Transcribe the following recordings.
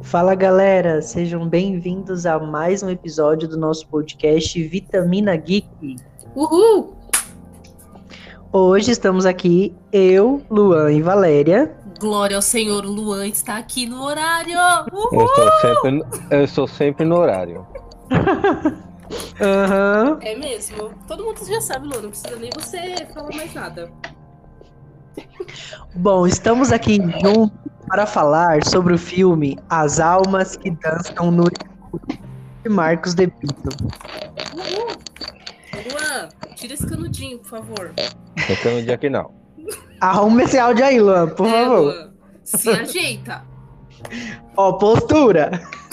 Fala galera, sejam bem-vindos a mais um episódio do nosso podcast Vitamina Geek. Uhul! Hoje estamos aqui, eu, Luan e Valéria. Glória ao Senhor, o Luan está aqui no horário! Eu estou Uhul! sempre no horário. Aham. É mesmo. Todo mundo já sabe, Luan, não precisa nem você falar mais nada. Bom, estamos aqui juntos para falar sobre o filme As Almas que Dançam no Escuro, de Marcos de Brito. Uhul! Luan, tira esse canudinho, por favor. Então no dia que não. Arruma esse áudio aí, Luan, por favor. Luan, se ajeita. Ó, postura.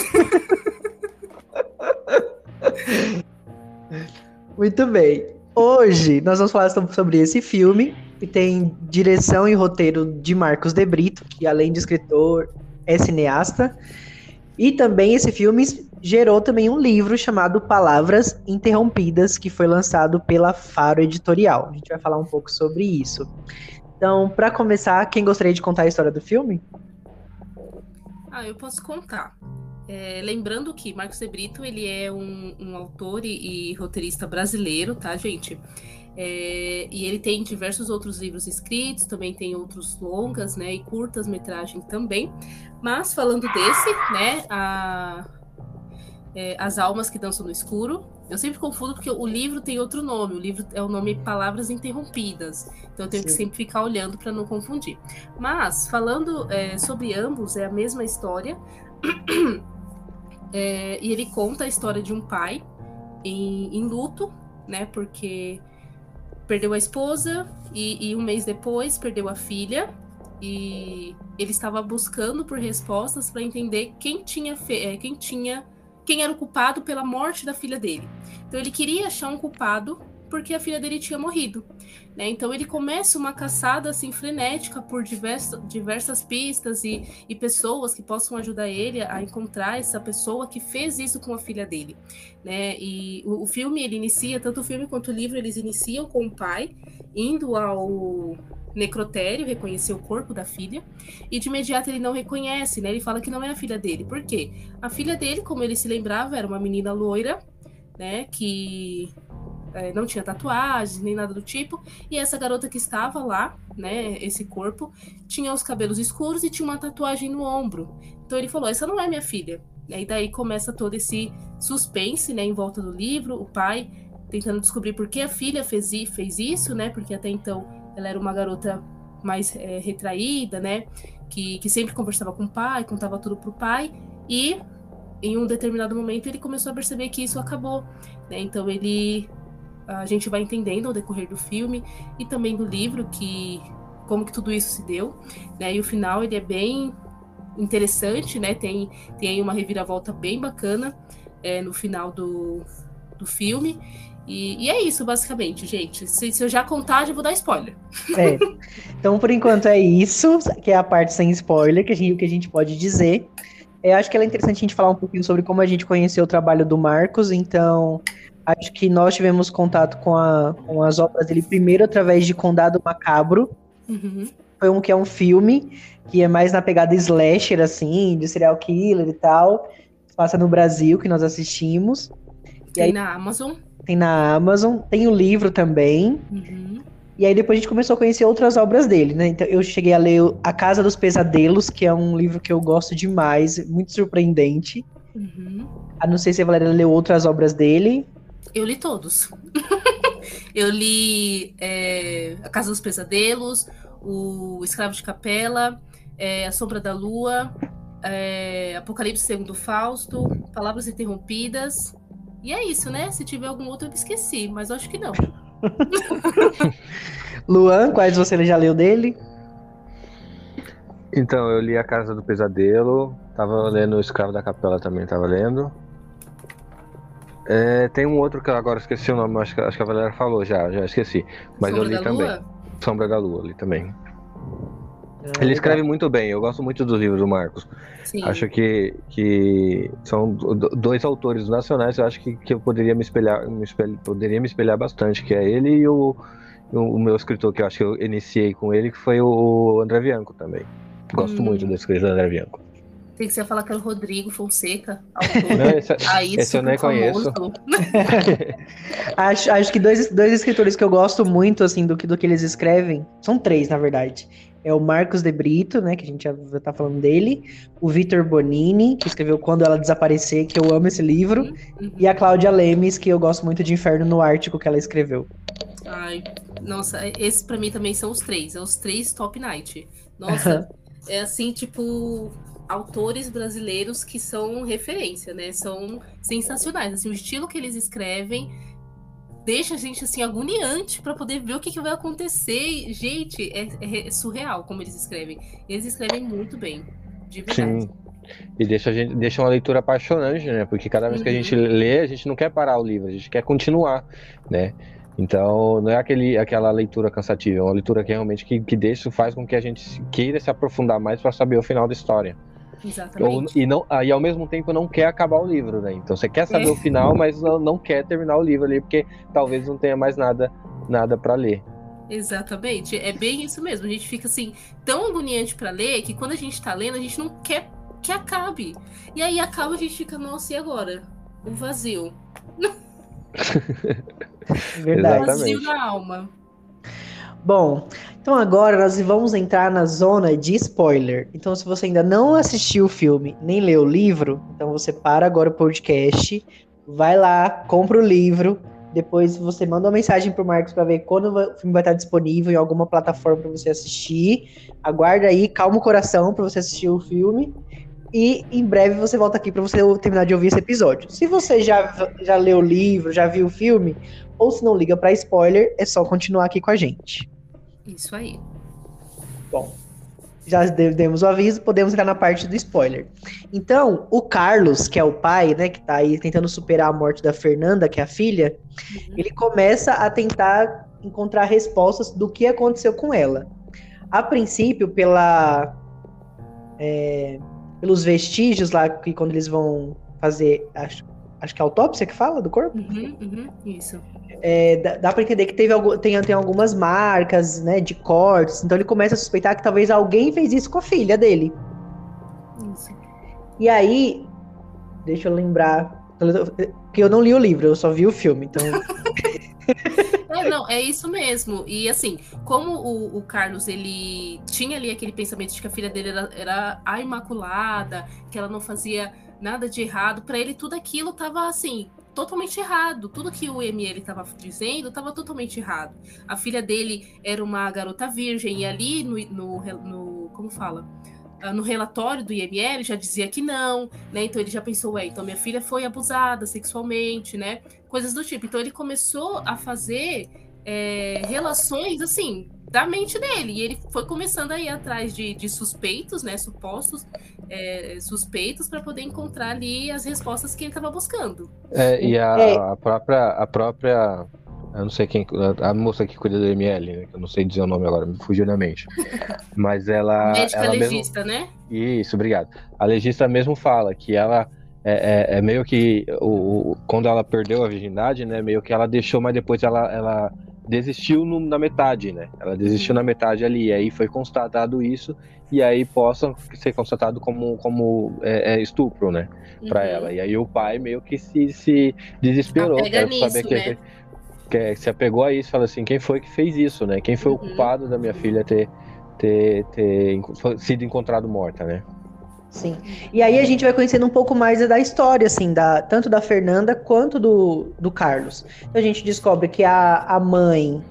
Muito bem. Hoje nós vamos falar sobre esse filme, que tem direção e roteiro de Marcos de Brito, que além de escritor é cineasta. E também esse filme gerou também um livro chamado Palavras Interrompidas, que foi lançado pela Faro Editorial. A gente vai falar um pouco sobre isso. Então, para começar, quem gostaria de contar a história do filme? Eu posso contar. Lembrando que Marcos de Brito, ele é um autor e roteirista brasileiro, tá, gente? E ele tem diversos outros livros escritos, também tem outros longas, né, e curtas-metragens também. Mas falando desse, né, As Almas que Dançam no Escuro, eu sempre confundo porque o livro tem outro nome, o livro é o nome Palavras Interrompidas, então eu tenho que sempre ficar olhando para não confundir. Mas, falando sobre ambos, é a mesma história, e ele conta a história de um pai em luto, né, porque perdeu a esposa e um mês depois perdeu a filha, e ele estava buscando por respostas para entender quem era o culpado pela morte da filha dele. Então ele queria achar um culpado porque a filha dele tinha morrido, né? Então ele começa uma caçada assim frenética por diversas pistas e pessoas que possam ajudar ele a encontrar essa pessoa que fez isso com a filha dele, né? E o filme, ele inicia, tanto o filme quanto o livro, eles iniciam com o pai indo ao necrotério reconhecer o corpo da filha, e de imediato ele não reconhece, né? Ele fala que não é a filha dele. Por quê? A filha dele, como ele se lembrava, era uma menina loira, né? Que não tinha tatuagens, nem nada do tipo, e essa garota que estava lá, né? Esse corpo, tinha os cabelos escuros e tinha uma tatuagem no ombro. Então ele falou, essa não é minha filha. E daí começa todo esse suspense, né? Em volta do livro, o pai tentando descobrir por que a filha fez isso, né? Porque até então ela era uma garota mais retraída, né? Que sempre conversava com o pai, contava tudo pro pai. E em um determinado momento ele começou a perceber que isso acabou, né? Então a gente vai entendendo ao decorrer do filme e também do livro como que tudo isso se deu, né? E o final, ele é bem interessante, né? Tem aí uma reviravolta bem bacana no final do filme. E é isso, basicamente, gente. Se eu já contar, já vou dar spoiler. Então, por enquanto, é isso, que é a parte sem spoiler, que a gente pode dizer. Acho que é interessante a gente falar um pouquinho sobre como a gente conheceu o trabalho do Marcos. Então, acho que nós tivemos contato com as obras dele primeiro através de Condado Macabro. Uhum. Que é um filme que é mais na pegada slasher, assim, de serial killer e tal. Passa no Brasil, que nós assistimos. Na Amazon. Tem na Amazon, tem o livro também. Uhum. E aí depois a gente começou a conhecer outras obras dele, né? Então eu cheguei a ler A Casa dos Pesadelos, que é um livro que eu gosto demais, muito surpreendente. Uhum. Não sei se a Valéria leu outras obras dele. Eu li todos. Eu li A Casa dos Pesadelos, O Escravo de Capela, A Sombra da Lua, Apocalipse segundo Fausto, Palavras Interrompidas. E é isso, né? Se tiver algum outro eu me esqueci, mas eu acho que não. Luan, quais você já leu dele? Então, eu li A Casa do Pesadelo, tava lendo O Escravo da Capela também, tava lendo. Tem um outro que eu agora esqueci o nome, acho que a Valéria falou já esqueci. Mas Sombra eu li da também. Lua? Sombra da Lua, li também. Ele escreve muito bem, eu gosto muito dos livros do Marcos. Sim. Acho que são dois autores nacionais, eu acho que eu poderia me espelhar bastante, que é ele e o meu escritor, que eu acho que eu iniciei com ele, que foi o André Bianco também. Gosto muito da escrita do André Bianco. Tem que ser falar que é o Rodrigo Fonseca, autor. Não, esse eu nem conheço. Acho que dois escritores que eu gosto muito, assim, do que eles escrevem, são três, na verdade. É o Marcos de Brito, né, que a gente já tá falando dele, o Vitor Bonini, que escreveu Quando Ela Desaparecer, que eu amo esse livro, e a Cláudia Lemes, que eu gosto muito de Inferno no Ártico, que ela escreveu. Ai, nossa, esses pra mim também são os três top night. Nossa, é assim, tipo, autores brasileiros que são referência, né? São sensacionais, assim, o estilo que eles escrevem deixa a gente, assim, agoniante pra poder ver o que vai acontecer. Gente, é surreal como eles escrevem. Eles escrevem muito bem, de verdade. Sim. E deixa uma leitura apaixonante, né? Porque cada vez que a gente lê, a gente não quer parar o livro, a gente quer continuar, né? Então, não é aquela leitura cansativa, é uma leitura que realmente que faz com que a gente queira se aprofundar mais para saber o final da história. Exatamente. E ao mesmo tempo não quer acabar o livro, né? Então você quer saber o final, mas não quer terminar o livro ali, porque talvez não tenha mais nada para ler. Exatamente, é bem isso mesmo. A gente fica assim, tão agoniante para ler, que quando a gente tá lendo, a gente não quer que acabe. E aí acaba, a gente fica, nossa, e agora? O vazio. Verdade. Vazio na alma. Bom, então agora nós vamos entrar na zona de spoiler. Então, se você ainda não assistiu o filme, nem leu o livro, então você para agora o podcast, vai lá, compra o livro, depois você manda uma mensagem pro Marcos para ver quando o filme vai estar disponível em alguma plataforma para você assistir. Aguarda aí, calma o coração para você assistir o filme. E em breve você volta aqui para você terminar de ouvir esse episódio. Se você já leu o livro, já viu o filme, ou se não liga para spoiler, é só continuar aqui com a gente. Isso aí. Bom, já demos o aviso, podemos entrar na parte do spoiler. Então, o Carlos, que é o pai, né, que tá aí tentando superar a morte da Fernanda, que é a filha, ele começa a tentar encontrar respostas do que aconteceu com ela. A princípio, pelos vestígios lá, que quando eles vão fazer, acho que é a autópsia que fala do corpo? Isso. Dá pra entender que tem algumas marcas, né, de cortes, então ele começa a suspeitar que talvez alguém fez isso com a filha dele. Isso. E aí, deixa eu lembrar, que eu não li o livro, eu só vi o filme, então... Não, é isso mesmo. E assim, como o Carlos, ele tinha ali aquele pensamento de que a filha dele era a Imaculada, que ela não fazia nada de errado, pra ele tudo aquilo tava assim, totalmente errado. Tudo que o ML tava dizendo tava totalmente errado. A filha dele era uma garota virgem, e ali no como fala? No relatório do IML já dizia que não, né? Então ele já pensou, então minha filha foi abusada sexualmente, né? Coisas do tipo. Então ele começou a fazer relações, assim, da mente dele. E ele foi começando a ir atrás de suspeitos, né? Supostos suspeitos para poder encontrar ali as respostas que ele estava buscando. E a própria eu não sei quem, a moça que cuida do ML, né? Eu não sei dizer o nome agora, me fugiu da mente. Mas ela... Médica ela legista, mesmo, né? Isso, obrigado. A legista mesmo fala que ela é meio que... quando ela perdeu a virgindade, né? Meio que ela deixou, mas depois ela desistiu na metade, né? Ela desistiu na metade ali, e aí foi constatado isso, e aí possa ser constatado como estupro, né? Pra ela. E aí o pai meio que se desesperou. Apega nisso, saber né? que se apegou a isso, fala assim, quem foi que fez isso, né? Quem foi o culpado da minha filha ter sido encontrado morta, né? Sim. E aí a gente vai conhecendo um pouco mais da história, assim, tanto da Fernanda quanto do Carlos. Então a gente descobre que a mãe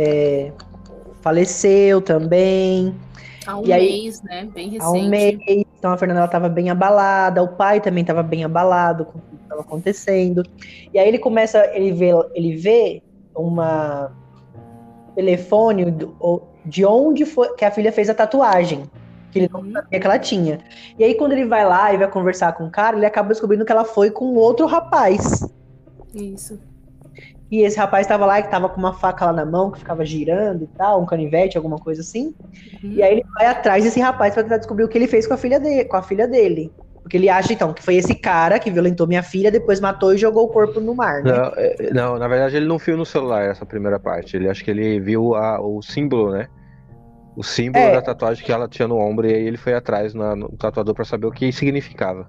faleceu também. Há um mês, né? Bem recente. Há um mês. Então a Fernanda estava bem abalada, o pai também estava bem abalado com o que estava acontecendo. E aí ele vê uma telefone de onde foi que a filha fez a tatuagem, que ele não sabia que ela tinha. E aí quando ele vai lá e vai conversar com o cara, ele acaba descobrindo que ela foi com outro rapaz. Isso. E esse rapaz estava lá, que estava com uma faca lá na mão, que ficava girando e tal, um canivete, alguma coisa assim. E aí ele vai atrás desse rapaz para tentar descobrir o que ele fez com a filha dele. Porque ele acha, então, que foi esse cara que violentou minha filha, depois matou e jogou o corpo no mar, né? Não, na verdade ele não viu no celular essa primeira parte. Ele acha que ele viu o símbolo, né? o símbolo da tatuagem que ela tinha no ombro, e aí ele foi atrás no tatuador pra saber o que significava.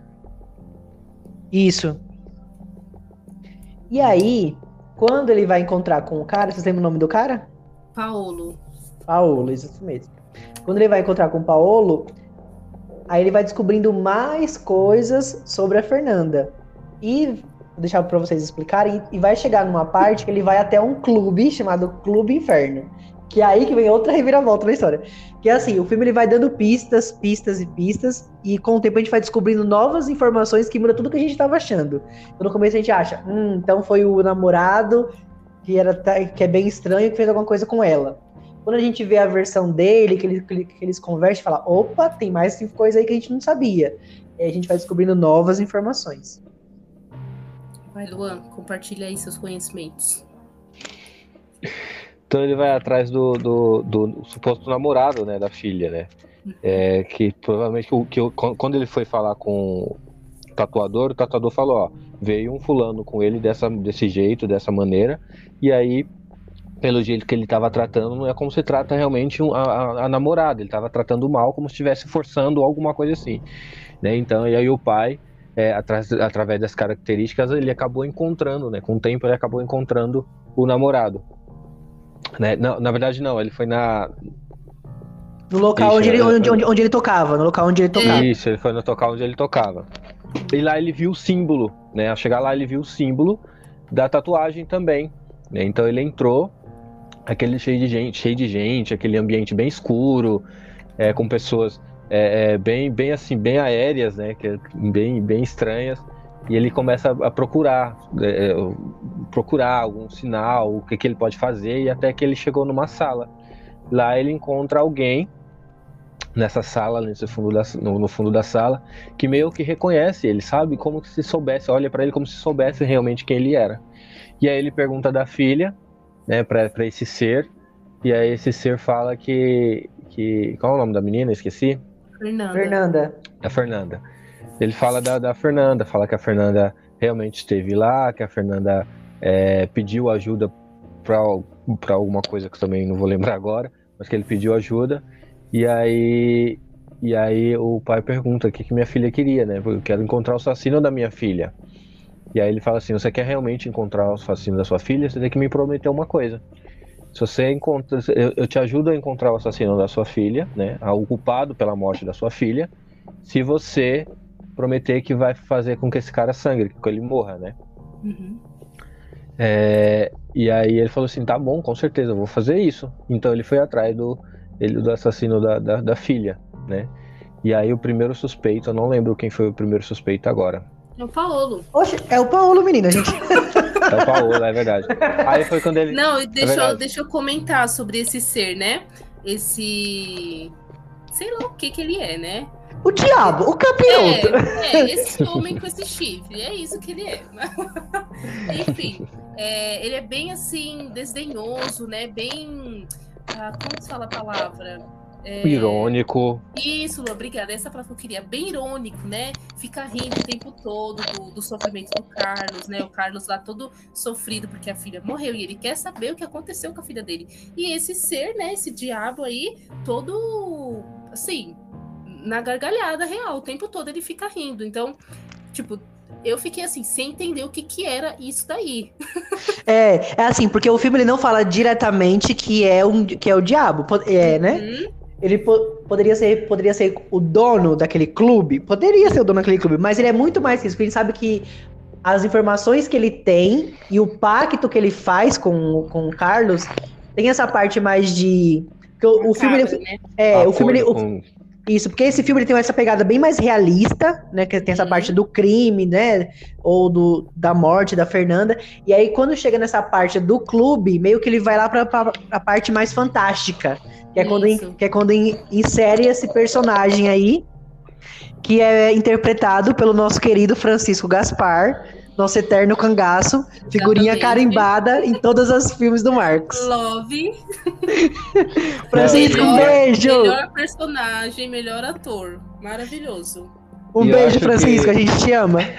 Isso. E aí, quando ele vai encontrar com o cara, vocês lembram o nome do cara? Paolo. Paolo, isso mesmo. Quando ele vai encontrar com o Paolo, aí ele vai descobrindo mais coisas sobre a Fernanda. E vou deixar para vocês explicarem, e vai chegar numa parte que ele vai até um clube chamado Clube Inferno. Que é aí que vem outra reviravolta na história. Que é assim, o filme ele vai dando pistas, e com o tempo a gente vai descobrindo novas informações que mudam tudo que a gente estava achando. Então, no começo a gente acha, então foi o namorado que é bem estranho, que fez alguma coisa com ela. Quando a gente vê a versão dele, que eles conversam, fala, opa, tem mais coisa aí que a gente não sabia. E aí a gente vai descobrindo novas informações. Vai, Luan, compartilha aí seus conhecimentos. Então ele vai atrás do suposto namorado, né, da filha, né? Que provavelmente quando ele foi falar com o tatuador falou, ó, veio um fulano com ele desse jeito, dessa maneira, e aí, pelo jeito que ele estava tratando, não é como se trata realmente a namorada, ele estava tratando mal, como se estivesse forçando alguma coisa assim, né? Então, e aí o pai, através das características, ele acabou encontrando, né? Com o tempo ele acabou encontrando o namorado. Né? Não, na verdade não, ele foi no local onde ele tocava, no local onde ele tocava. Isso, ele foi no local onde ele tocava. E lá ele viu o símbolo, né? Ao chegar lá ele viu o símbolo da tatuagem também, né? Então ele entrou, aquele cheio de gente, aquele ambiente bem escuro, com pessoas bem assim, bem aéreas, né? Bem estranhas. E ele começa a procurar algum sinal, o que ele pode fazer, e até que ele chegou numa sala. Lá ele encontra alguém nessa sala, no fundo da sala, que meio que reconhece ele, sabe? Como que se soubesse, olha para ele como se soubesse realmente quem ele era. E aí ele pergunta da filha, né, para esse ser, e aí esse ser fala que... Qual é o nome da menina? Esqueci. Fernanda. A Fernanda. Ele fala da Fernanda, fala que a Fernanda realmente esteve lá, que a Fernanda pediu ajuda para alguma coisa que eu também não vou lembrar agora, mas que ele pediu ajuda, e aí o pai pergunta o que minha filha queria, né? Eu quero encontrar o assassino da minha filha. E aí ele fala assim, você quer realmente encontrar o assassino da sua filha? Você tem que me prometer uma coisa. Se você encontra, eu te ajudo a encontrar o assassino da sua filha, né? O culpado pela morte da sua filha, se você prometer que vai fazer com que esse cara sangre, que ele morra, né? Uhum. E aí ele falou assim, tá bom, com certeza, eu vou fazer isso. Então ele foi atrás do assassino da filha, né? E aí o primeiro suspeito, eu não lembro quem foi o primeiro suspeito agora. É o Paolo. Oxe, é o Paolo, menina, gente. É o Paolo, é verdade. Aí foi quando ele... Não, deixa eu comentar sobre esse ser, né? Esse... Sei lá o que ele é, né? O diabo, o campeonato. Esse homem com esse chifre, é isso que ele é. Enfim, ele é bem assim, desdenhoso, né? Bem. Como se fala a palavra? Irônico. Isso, obrigada. Essa palavra que eu queria. Bem irônico, né? Fica rindo o tempo todo do sofrimento do Carlos, né? O Carlos lá todo sofrido porque a filha morreu e ele quer saber o que aconteceu com a filha dele. E esse ser, né? Esse diabo aí, todo assim. Na gargalhada real, o tempo todo ele fica rindo. Então, tipo, eu fiquei assim, sem entender o que era isso daí. É assim, porque o filme ele não fala diretamente que é o diabo, né? Ele poderia ser o dono daquele clube, poderia ser o dono daquele clube, mas ele é muito mais que isso, porque ele sabe que as informações que ele tem e o pacto que ele faz com o Carlos tem essa parte mais de... O filme... Né? O filme... Isso, porque esse filme ele tem essa pegada bem mais realista, né? Que tem essa parte do crime, né? Ou da morte da Fernanda. E aí, quando chega nessa parte do clube, meio que ele vai lá pra parte mais fantástica. Que é quando insere esse personagem aí, que é interpretado pelo nosso querido Francisco Gaspar, nosso eterno cangaço, figurinha carimbada em todos os filmes do Marcos. Love. Francisco, um beijo! Melhor personagem, melhor ator. Maravilhoso. Um beijo, Francisco, a gente te ama.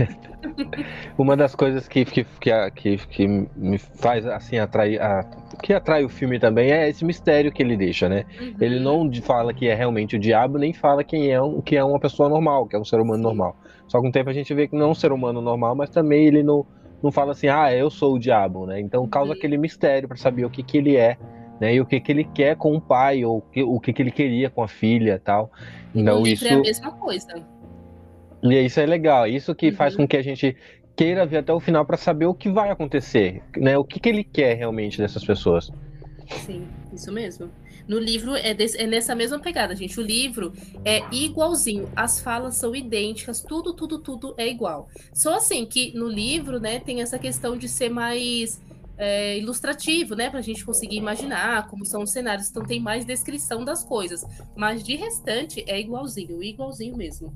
Uma das coisas que me faz assim atrair, que atrai o filme também é esse mistério que ele deixa, né? Uhum. Ele não fala que é realmente o diabo, nem fala que é uma pessoa normal, que é um ser humano Sim. normal. Só que com o tempo a gente vê que não é um ser humano normal, mas também ele não fala assim, eu sou o diabo, né? Então causa aquele mistério para saber o que ele é, né? E o que ele quer com o pai, ou o que ele queria com a filha, tal. E no Então livro é a mesma coisa. e isso é legal, isso que faz Uhum. com que a gente queira ver até o final para saber o que vai acontecer, né? O que ele quer realmente dessas pessoas. Sim, isso mesmo. No livro é nessa mesma pegada, gente. O livro é igualzinho, as falas são idênticas, tudo é igual. Só assim que no livro, né, tem essa questão de ser mais ilustrativo, né, pra gente conseguir imaginar como são os cenários. Então tem mais descrição das coisas. Mas de restante é igualzinho mesmo.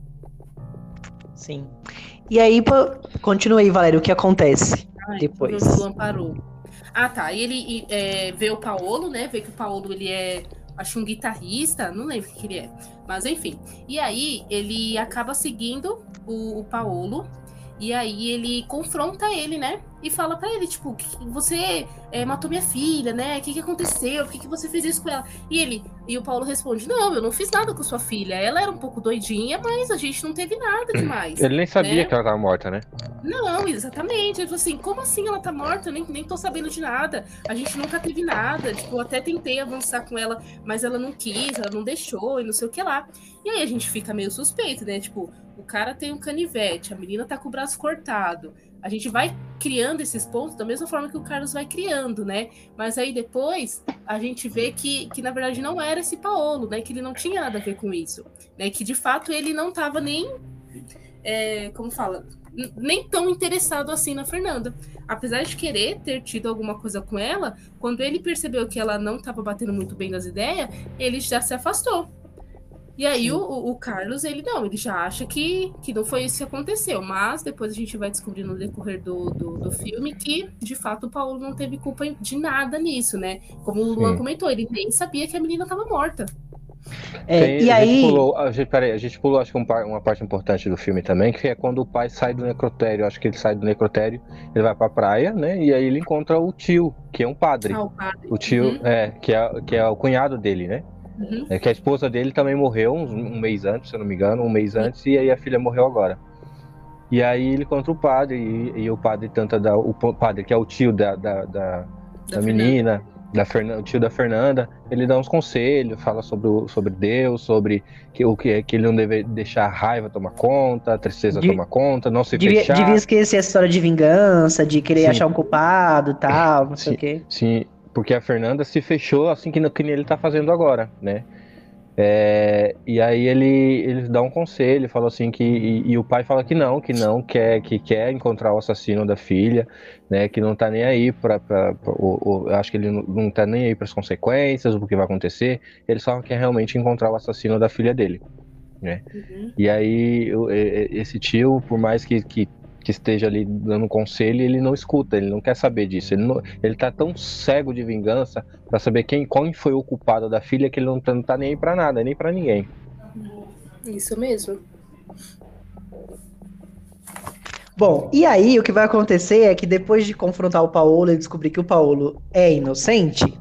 Sim. E aí, continua aí, Valério, o que acontece depois? O Luan parou. Ah, tá. E ele vê o Paolo, né? Vê que o Paolo, ele é, acho um guitarrista, não lembro o que ele é. Mas, enfim. E aí, ele acaba seguindo o Paolo. E aí, ele confronta ele, né? E fala pra ele, tipo, você matou minha filha, né? O que aconteceu? Por que você fez isso com ela? E o Paulo responde, não, eu não fiz nada com sua filha. Ela era um pouco doidinha, mas a gente não teve nada demais. Ele nem sabia né? que ela estava morta, né? Não, exatamente. Ele falou assim, como assim ela tá morta? Eu nem tô sabendo de nada. A gente nunca teve nada. Tipo, eu até tentei avançar com ela, mas ela não quis, ela não deixou e não sei o que lá. E aí a gente fica meio suspeito, né? Tipo, o cara tem um canivete, a menina tá com o braço cortado. A gente vai criando esses pontos da mesma forma que o Carlos vai criando, né? Mas aí depois a gente vê que na verdade não era esse Paolo, né? Que ele não tinha nada a ver com isso. Né? Que de fato ele não tava nem... como fala? Nem tão interessado assim na Fernanda. Apesar de querer ter tido alguma coisa com ela, quando ele percebeu que ela não estava batendo muito bem nas ideias, ele já se afastou. E aí o Carlos, ele já acha que não foi isso que aconteceu. Mas depois a gente vai descobrir no decorrer do filme que, de fato, o Paulo não teve culpa de nada nisso, né? Como o Luan comentou, ele nem sabia que a menina estava morta. E aí... A gente pulou, acho que uma parte importante do filme também, que é quando o pai sai do necrotério. Acho que ele sai do necrotério, ele vai pra praia, né? E aí ele encontra o tio, que é um padre. O padre. O tio, que é o cunhado dele, né? Uhum. Que a esposa dele também morreu um mês antes, se eu não me engano, antes, e aí a filha morreu agora. E aí ele encontra o padre, e o padre tenta dar. O padre, que é o tio da menina, o tio da Fernanda, ele dá uns conselhos, fala sobre Deus, sobre que ele não deve deixar a raiva tomar conta, a tristeza tomar conta, não se fechar. Devia esquecer essa história de vingança, de querer achar um culpado e tal, não sei o quê. Sim, porque a Fernanda se fechou assim que ele tá fazendo agora, né? E aí ele dá um conselho, fala assim e o pai fala que quer encontrar o assassino da filha, né? Que não tá nem aí acho que ele não tá nem aí para as consequências, o que vai acontecer. Ele só quer realmente encontrar o assassino da filha dele, né? Uhum. E aí esse tio, por mais que esteja ali dando conselho, ele não escuta, ele não quer saber disso. Ele tá tão cego de vingança para saber quem foi o culpado da filha que ele não tá nem aí pra nada, nem pra ninguém. Isso mesmo. Bom, e aí o que vai acontecer é que depois de confrontar o Paolo e descobrir que o Paolo é inocente,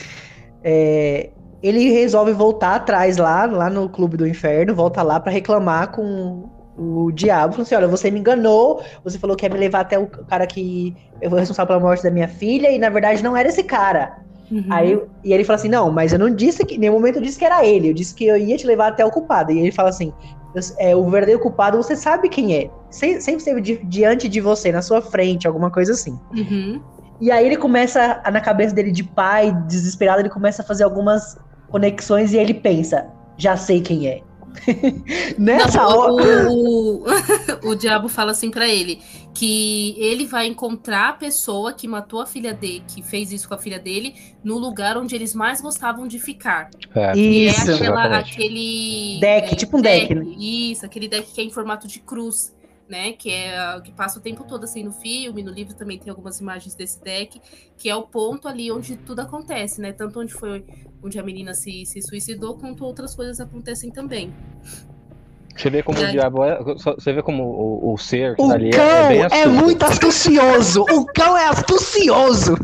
ele resolve voltar atrás lá no Clube do Inferno, volta lá pra reclamar com o diabo, falou assim, olha, você me enganou, você falou que ia me levar até o cara que foi responsável pela morte da minha filha, e na verdade não era esse cara. Uhum. E ele fala assim, não, mas eu não disse que, em nenhum momento eu disse que era ele, eu disse que eu ia te levar até o culpado. E ele fala assim, o verdadeiro culpado você sabe quem é, sempre esteve diante de você, na sua frente, alguma coisa assim. Uhum. E aí ele começa, na cabeça dele de pai, desesperado, ele começa a fazer algumas conexões e ele pensa, já sei quem é. Nessa hora... o diabo fala assim pra ele, que ele vai encontrar a pessoa que matou a filha dele, que fez isso com a filha dele, no lugar onde eles mais gostavam de ficar. Isso. Aquele... deck, tipo um deck, né? Isso, aquele deck que é em formato de cruz, né? Que é que passa o tempo todo assim no filme, no livro também tem algumas imagens desse deck, que é o ponto ali onde tudo acontece, né? Tanto onde a menina se suicidou, quanto outras coisas acontecem também. Você vê como o diabo você vê como o ser que O tá ali cão é bem é astuto. muito astucioso. O cão é astucioso.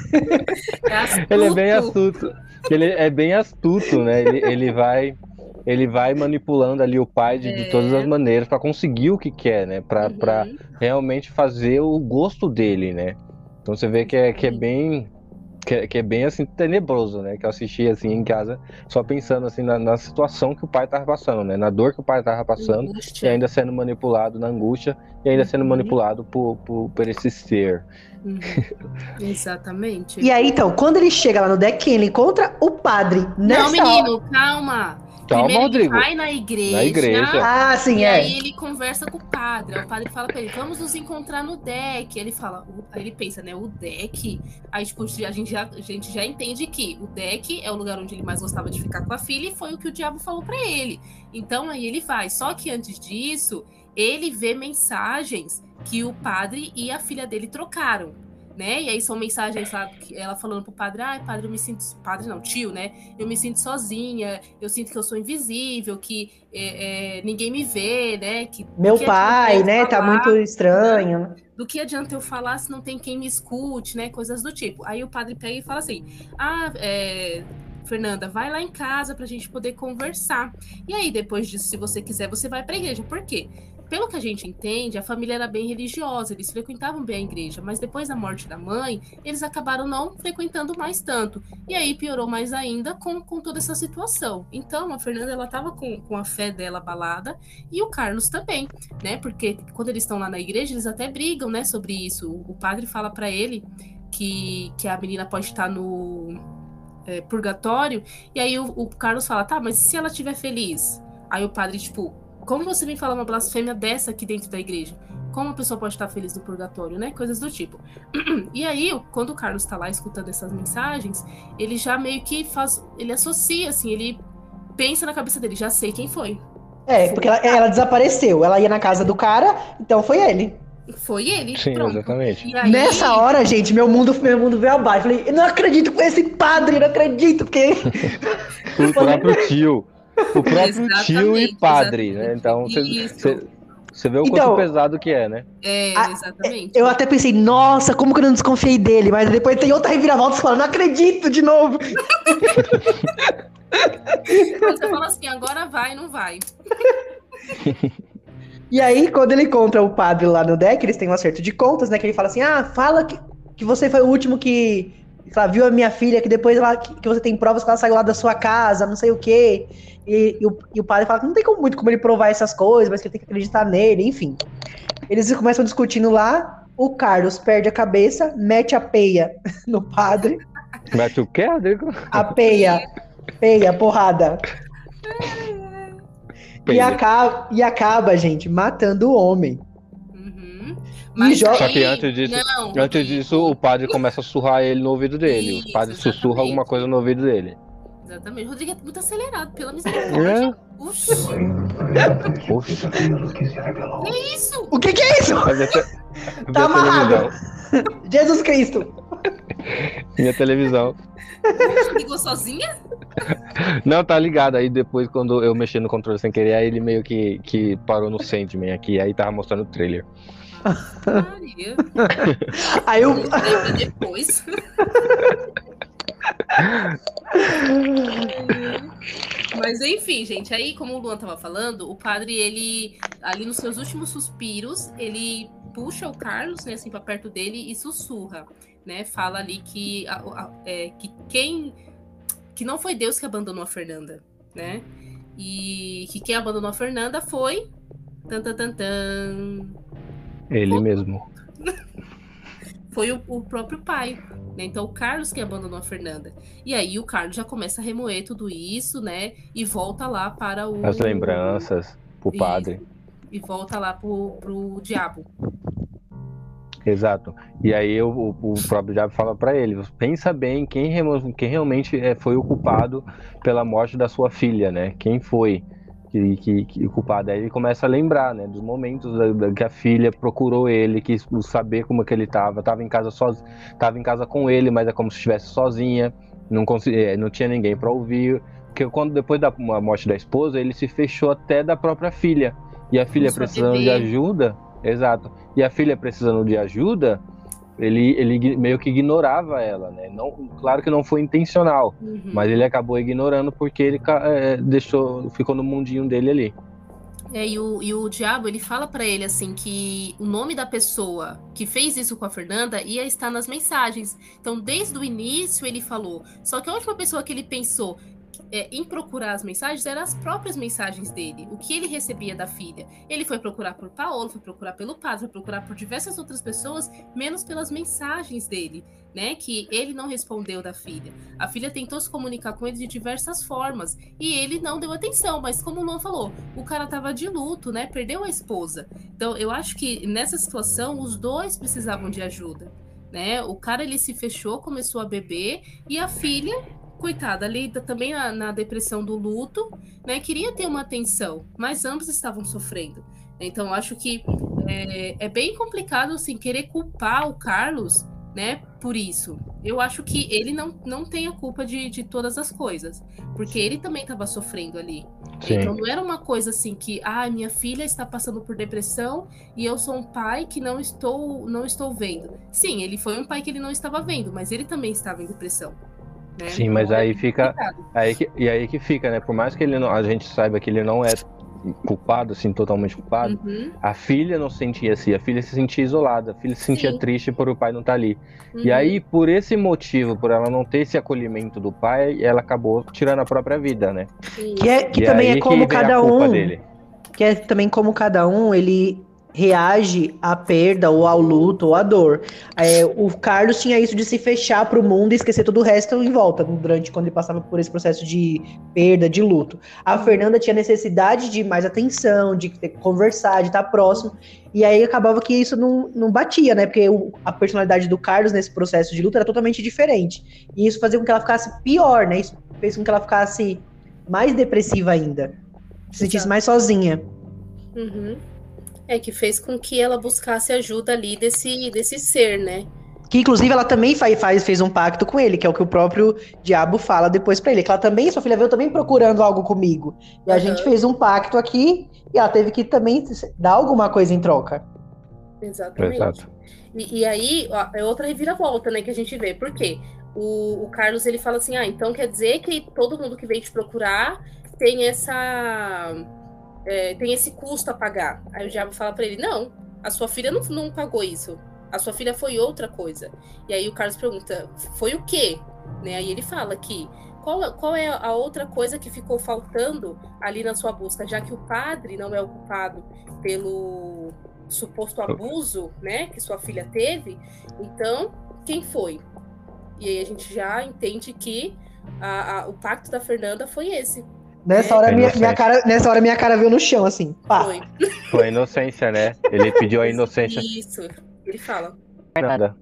É astuto. Ele é bem astuto. Ele é bem astuto, né? Ele vai manipulando ali o pai de todas as maneiras para conseguir o que quer, né? Para realmente fazer o gosto dele, né? Então você vê que é bem que é bem assim tenebroso, né? Que eu assisti assim em casa, só pensando assim na situação que o pai tava passando, né? Na dor que o pai tava passando, Angústia. e ainda sendo manipulado na angústia, e ainda sendo manipulado por esse ser. Exatamente. E aí, então, quando ele chega lá no deck, ele encontra o padre. Não, menino, calma. Calma, Primeiro Rodrigo. ele vai na igreja. Na igreja. Ah, sim, E é. aí ele conversa com o padre. Aí o padre fala pra ele, vamos nos encontrar no deck. Ele fala, aí ele pensa, né, o deck. Aí, tipo, a gente já entende que o deck é o lugar onde ele mais gostava de ficar com a filha e foi o que o diabo falou pra ele. Então aí ele vai. Só que antes disso, ele vê mensagens que o padre e a filha dele trocaram. Né? E aí são mensagens lá, ela falando pro padre, padre, eu me sinto, padre não, tio, né? Eu me sinto sozinha, eu sinto que eu sou invisível, que ninguém me vê, né? Meu pai, né? Tá muito estranho. Né? Do que adianta eu falar se não tem quem me escute, né? Coisas do tipo. Aí o padre pega e fala assim, Fernanda, vai lá em casa pra gente poder conversar. E aí, depois disso, se você quiser, você vai pra igreja. Por quê? Pelo que a gente entende, a família era bem religiosa, eles frequentavam bem a igreja, mas depois da morte da mãe, eles acabaram não frequentando mais tanto. E aí piorou mais ainda com toda essa situação. Então, a Fernanda, ela estava com a fé dela abalada, e o Carlos também, né? Porque quando eles estão lá na igreja, eles até brigam, né, sobre isso. O padre fala para ele que a menina pode estar no purgatório, e aí o Carlos fala, tá, mas se ela estiver feliz? Aí o padre, tipo, como você vem falar uma blasfêmia dessa aqui dentro da igreja? Como a pessoa pode estar feliz no purgatório, né? Coisas do tipo. E aí, quando o Carlos tá lá escutando essas mensagens, ele já meio que ele associa, assim, ele pensa na cabeça dele, já sei quem foi. Porque ela desapareceu, ela ia na casa do cara, então foi ele. Foi ele, sim, pronto. Exatamente. E aí... Nessa hora, gente, meu mundo veio abaixo. Falei, eu não acredito com esse padre, não acredito, porque... O próprio tio. O próprio tio e padre, né? Então você vê o quanto pesado que é, né? Exatamente. Eu até pensei, nossa, como que eu não desconfiei dele? Mas depois tem outra reviravolta falando, não acredito de novo. Quando você fala assim, agora vai, não vai. E aí, quando ele encontra o padre lá no deck, eles têm um acerto de contas, né? Que ele fala assim, fala que você foi o último que viu a minha filha, que depois que você tem provas que ela saiu lá da sua casa, não sei o quê. E o padre fala que não tem muito como ele provar essas coisas, mas que ele tem que acreditar nele, enfim. Eles começam discutindo lá, o Carlos perde a cabeça, mete a peia no padre. Mete o quê, Rodrigo? A peia, porrada. E acaba, gente, matando o homem. Mas só que antes disso, o padre começa a sussurrar ele no ouvido dele. O padre sussurra alguma coisa no ouvido dele. Exatamente. Rodrigo é muito acelerado, pela misericórdia. Oxi. Que é isso? O que é isso? Tá amarrado. Jesus Cristo. Minha televisão. Ligou sozinha? Não, tá ligado. Aí depois, quando eu mexi no controle sem querer, aí ele meio que parou no Sandman aqui. Aí tava mostrando o trailer. Maria. Aí eu... depois. Mas enfim, gente, aí como o Luan tava falando, o padre, ele ali nos seus últimos suspiros, ele puxa o Carlos, né, assim, pra perto dele e sussurra, né, fala ali que que não foi Deus que abandonou a Fernanda, né, e que quem abandonou a Fernanda foi ele mesmo. Foi o próprio pai, né? Então o Carlos que abandonou a Fernanda. E aí o Carlos já começa a remoer tudo isso, né? E volta lá para as lembranças, pro padre. E volta lá pro diabo. Exato. E aí o próprio diabo fala para ele, pensa bem quem realmente foi o culpado pela morte da sua filha, né? Quem foi que o culpado? Aí ele começa a lembrar, né, dos momentos que a filha procurou ele, quis saber como que ele tava em casa tava em casa com ele, mas é como se estivesse sozinha, não tinha ninguém para ouvir. Porque depois da morte da esposa, ele se fechou até da própria filha. E a filha precisando de ajuda, exato. E a filha precisando de ajuda, ele meio que ignorava ela, né? Não, claro que não foi intencional, mas ele acabou ignorando porque ele ficou no mundinho dele ali. E o diabo, ele fala pra ele assim que o nome da pessoa que fez isso com a Fernanda ia estar nas mensagens. Então, desde o início ele falou. Só que a última pessoa que ele pensou em procurar as mensagens eram as próprias mensagens dele, o que ele recebia da filha. Ele foi procurar por Paulo, foi procurar pelo padre, foi procurar por diversas outras pessoas, menos pelas mensagens dele, né? Que ele não respondeu da filha. A filha tentou se comunicar com ele de diversas formas e ele não deu atenção, mas como o Luan falou, o cara tava de luto, né? Perdeu a esposa. Então, eu acho que nessa situação os dois precisavam de ajuda, né? O cara, ele se fechou, começou a beber e a filha, coitada, ali também na depressão do luto, né, queria ter uma atenção, mas ambos estavam sofrendo. Então, acho que é bem complicado, assim, querer culpar o Carlos, né, por isso. Eu acho que ele não tem a culpa de todas as coisas, porque ele também estava sofrendo ali. Sim. Então, não era uma coisa assim que, minha filha está passando por depressão e eu sou um pai que não estou vendo. Sim, ele foi um pai que ele não estava vendo, mas ele também estava em depressão. Né? Sim, mas aí fica. Aí que fica, né? Por mais que a gente saiba que ele não é culpado, assim, totalmente culpado, a filha não se sentia assim, a filha se sentia isolada, a filha se sentia triste por o pai não estar ali. E aí, por esse motivo, por ela não ter esse acolhimento do pai, ela acabou tirando a própria vida, né? Que também é como cada um. Que é também como cada um, ele reage à perda, ou ao luto, ou à dor. O Carlos tinha isso de se fechar para o mundo e esquecer todo o resto em volta, durante quando ele passava por esse processo de perda, de luto. A Fernanda tinha necessidade de mais atenção, de conversar, de estar próximo, e aí acabava que isso não batia, né? Porque a personalidade do Carlos nesse processo de luto era totalmente diferente. E isso fazia com que ela ficasse pior, né? Isso fez com que ela ficasse mais depressiva ainda, se sentisse mais sozinha. Que fez com que ela buscasse ajuda ali desse ser, né? Que inclusive ela também fez um pacto com ele, que é o que o próprio diabo fala depois pra ele. Que ela também, sua filha veio também procurando algo comigo. E a gente fez um pacto aqui e ela teve que também dar alguma coisa em troca. Exatamente. Exato. E aí, é outra reviravolta, né, que a gente vê. Por quê? O Carlos, ele fala assim, então quer dizer que todo mundo que veio te procurar tem tem esse custo a pagar. Aí o diabo fala pra ele, não, a sua filha não pagou isso. A sua filha foi outra coisa. E aí o Carlos pergunta, foi o quê? Né? Aí ele fala que, qual é a outra coisa que ficou faltando ali na sua busca? Já que o padre não é o culpado pelo suposto abuso, né, que sua filha teve, então, quem foi? E aí a gente já entende que o pacto da Fernanda foi esse. Nessa hora minha cara veio no chão, assim. Pá. Foi a inocência, né? Ele pediu a inocência. Isso, ele fala. Nada.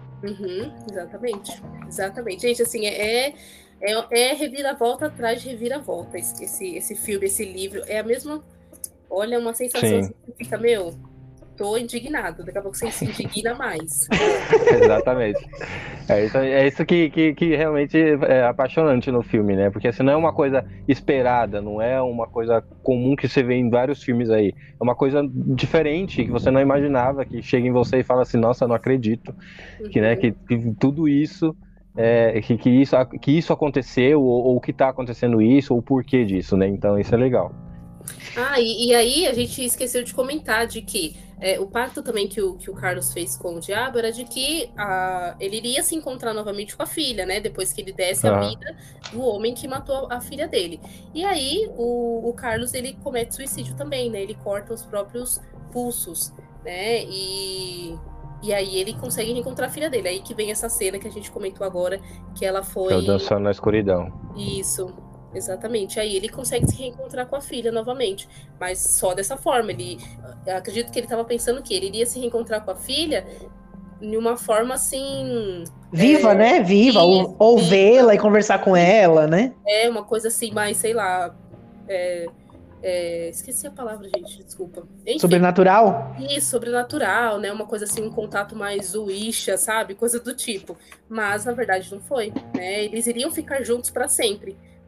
Exatamente. Gente, assim, é reviravolta atrás de reviravolta. Esse filme, esse livro, é a mesma. Olha, uma sensação assim, que fica, tô indignado, daqui a pouco você se indigna mais. Exatamente. É isso que realmente é apaixonante no filme, né? Porque assim, não é uma coisa esperada, não é uma coisa comum que você vê em vários filmes aí. É uma coisa diferente, que você não imaginava, que chega em você e fala assim, nossa, não acredito. Que tudo isso, que isso aconteceu, ou que tá acontecendo isso, ou o porquê disso, né? Então isso é legal. E aí a gente esqueceu de comentar de que o pacto também que o Carlos fez com o diabo era de que ele iria se encontrar novamente com a filha, né? Depois que ele desse a vida do homem que matou a filha dele. E aí o Carlos, ele comete suicídio também, né? Ele corta os próprios pulsos, né? E aí ele consegue reencontrar a filha dele. Aí que vem essa cena que a gente comentou agora, que ela foi... Eu dançando na escuridão. Isso. Exatamente, aí ele consegue se reencontrar com a filha novamente, mas só dessa forma. Eu acredito que ele estava pensando que ele iria se reencontrar com a filha de uma forma assim... Viva, né? Viva, ou vê-la e conversar com ela, né? Uma coisa assim, mais, sei lá... esqueci a palavra, gente, desculpa. Enfim, sobrenatural? Isso, sobrenatural, né? Uma coisa assim, um contato mais uísha, sabe? Coisa do tipo. Mas, na verdade, não foi, né? Eles iriam ficar juntos para sempre.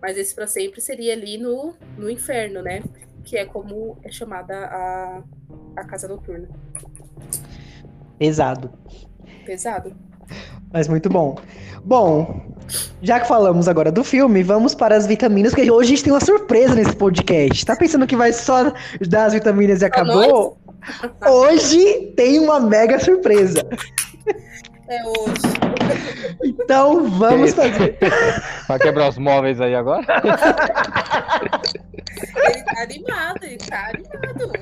Mas esse para sempre seria ali no inferno, né? Que é como é chamada a casa noturna. Pesado. Pesado. Mas muito bom. Bom, já que falamos agora do filme, vamos para as vitaminas, porque hoje a gente tem uma surpresa nesse podcast. Tá pensando que vai só dar as vitaminas e acabou? Hoje tem uma mega surpresa. É hoje. Então vamos fazer. Vai quebrar os móveis aí agora? Ele tá animado.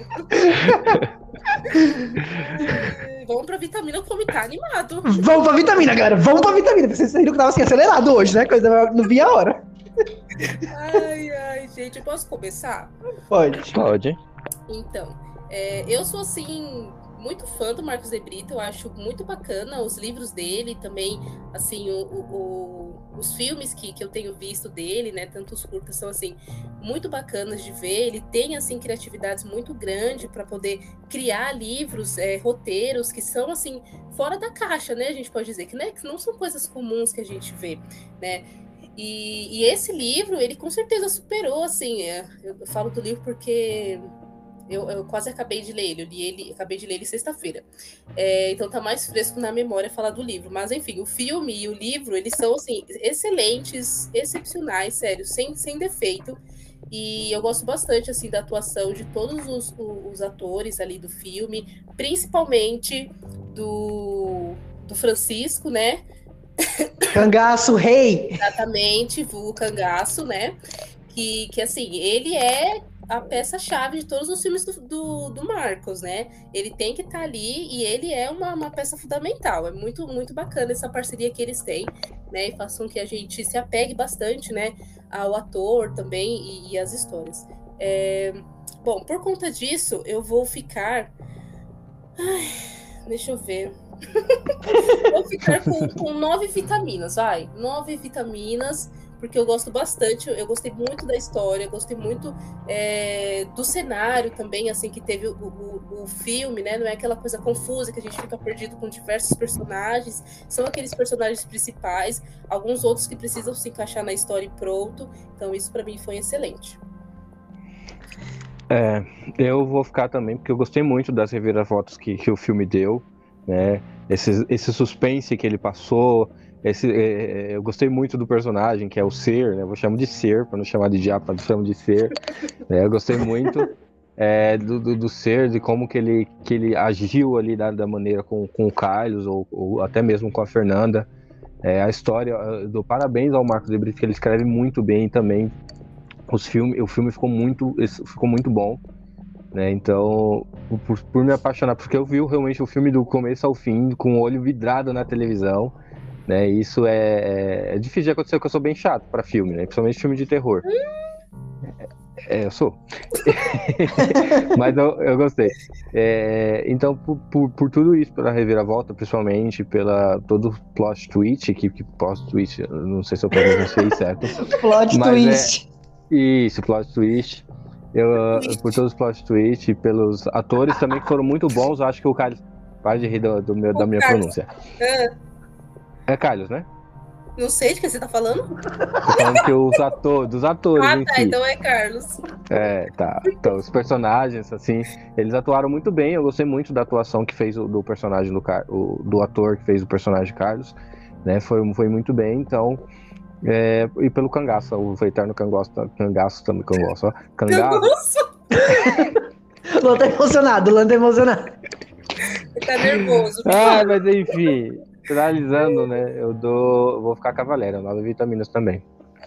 Vamos pra vitamina, como tá animado. Vamos pra vitamina, galera. Vamos pra vitamina. Vocês viram que tava assim acelerado hoje, né? Coisa não via a hora. Ai, gente, eu posso começar? Pode. Então, eu sou assim muito fã do Marcos de Brito, eu acho muito bacana os livros dele, também assim os filmes que eu tenho visto dele, né, tanto os curtas são assim muito bacanas de ver. Ele tem assim criatividades muito grande para poder criar livros, roteiros que são assim fora da caixa, né, a gente pode dizer que, né, que não são coisas comuns que a gente vê, né. E esse livro, ele com certeza superou, assim, eu falo do livro porque eu quase acabei de ler ele, acabei de ler ele sexta-feira. Então tá mais fresco na memória falar do livro. Mas enfim, o filme e o livro, eles são assim, excelentes, excepcionais, sério, sem defeito. E eu gosto bastante assim da atuação de todos os atores ali do filme, principalmente do Francisco, né? Cangaço, rei! Exatamente, vulgo Cangaço, né? Que assim, ele é a peça-chave de todos os filmes do Marcos, né? Ele tem que estar ali e ele é uma peça fundamental. É muito, muito bacana essa parceria que eles têm, né? E façam que a gente se apegue bastante, né? Ao ator também e às histórias. Bom, por conta disso, eu vou ficar... deixa eu ver... Vou ficar com 9 vitaminas, vai. 9 vitaminas, porque eu gosto bastante, eu gostei muito da história, gostei muito do cenário também, assim, que teve o filme, né? Não é aquela coisa confusa que a gente fica perdido com diversos personagens, são aqueles personagens principais, alguns outros que precisam se encaixar na história e pronto. Então isso para mim foi excelente. Eu vou ficar também, porque eu gostei muito das reviravoltas que o filme deu, né? Esse suspense que ele passou, eu gostei muito do personagem, que é o Ser, né? Eu vou chamar de Ser, para não chamar de Diabo, eu chamo de Ser. Eu gostei muito do Ser, de como que ele agiu ali da maneira com o Carlos, ou até mesmo com a Fernanda. A história, do parabéns ao Marcos de Brito, que ele escreve muito bem também. O filme ficou muito bom. Né, então, por me apaixonar, porque eu vi realmente o filme do começo ao fim, com o olho vidrado na televisão, né, isso é difícil de acontecer, porque eu sou bem chato para filme, né, principalmente filme de terror. Eu sou. Mas eu gostei. Então, por tudo isso, pela reviravolta, principalmente, pela todo plot twist, que plot twist, não sei se eu pronunciei certo. Plot twist. Isso, plot twist. Por todos os plot twists, pelos atores também que foram muito bons. Eu acho que o Carlos... Para de rir da minha pronúncia. É Carlos, né? Não sei de que você tá falando. Tô falando que dos atores em tá, si. então é Carlos. Tá. Então, os personagens, assim, eles atuaram muito bem. Eu gostei muito da atuação que fez do personagem do ator que fez o personagem Carlos, né? Foi muito bem, então... e pelo Cangaço, o eterno Cangaço também, ó. Cangaço. Luan tá emocionado. Ele tá nervoso. Mas enfim, finalizando, né, eu vou ficar com a Valéria, 9 vitaminas também.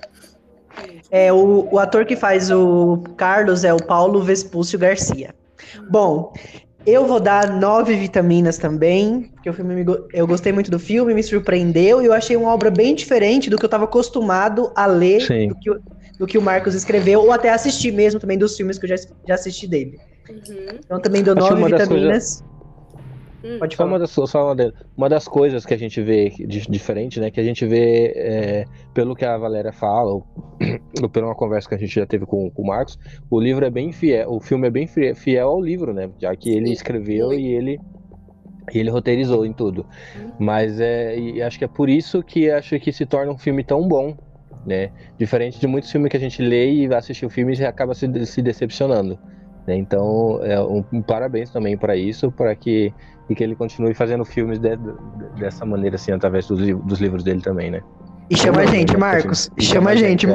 O ator que faz o Carlos é o Paulo Vespúcio Garcia. Bom, eu vou dar 9 vitaminas também, porque o filme eu gostei muito do filme, me surpreendeu e eu achei uma obra bem diferente do que eu estava acostumado a ler, do que o Marcos escreveu, ou até assistir mesmo também dos filmes que eu já assisti dele. Uhum. Então também dou 9 vitaminas. Pode falar. Uma das coisas que a gente vê diferente, né, que a gente vê pelo que a Valéria fala, ou pela uma conversa que a gente já teve com o Marcos, o livro é bem fiel, o filme é bem fiel ao livro, né, já que ele escreveu e ele roteirizou em tudo. Mas e acho que é por isso que acho que se torna um filme tão bom, né? Diferente de muitos filmes que a gente lê e assiste o filme e acaba se decepcionando, né? Então, um parabéns também para isso, para que ele continue fazendo filmes dessa maneira, assim, através dos livros dele também, né? E chama a gente, Marcos. Chama a gente.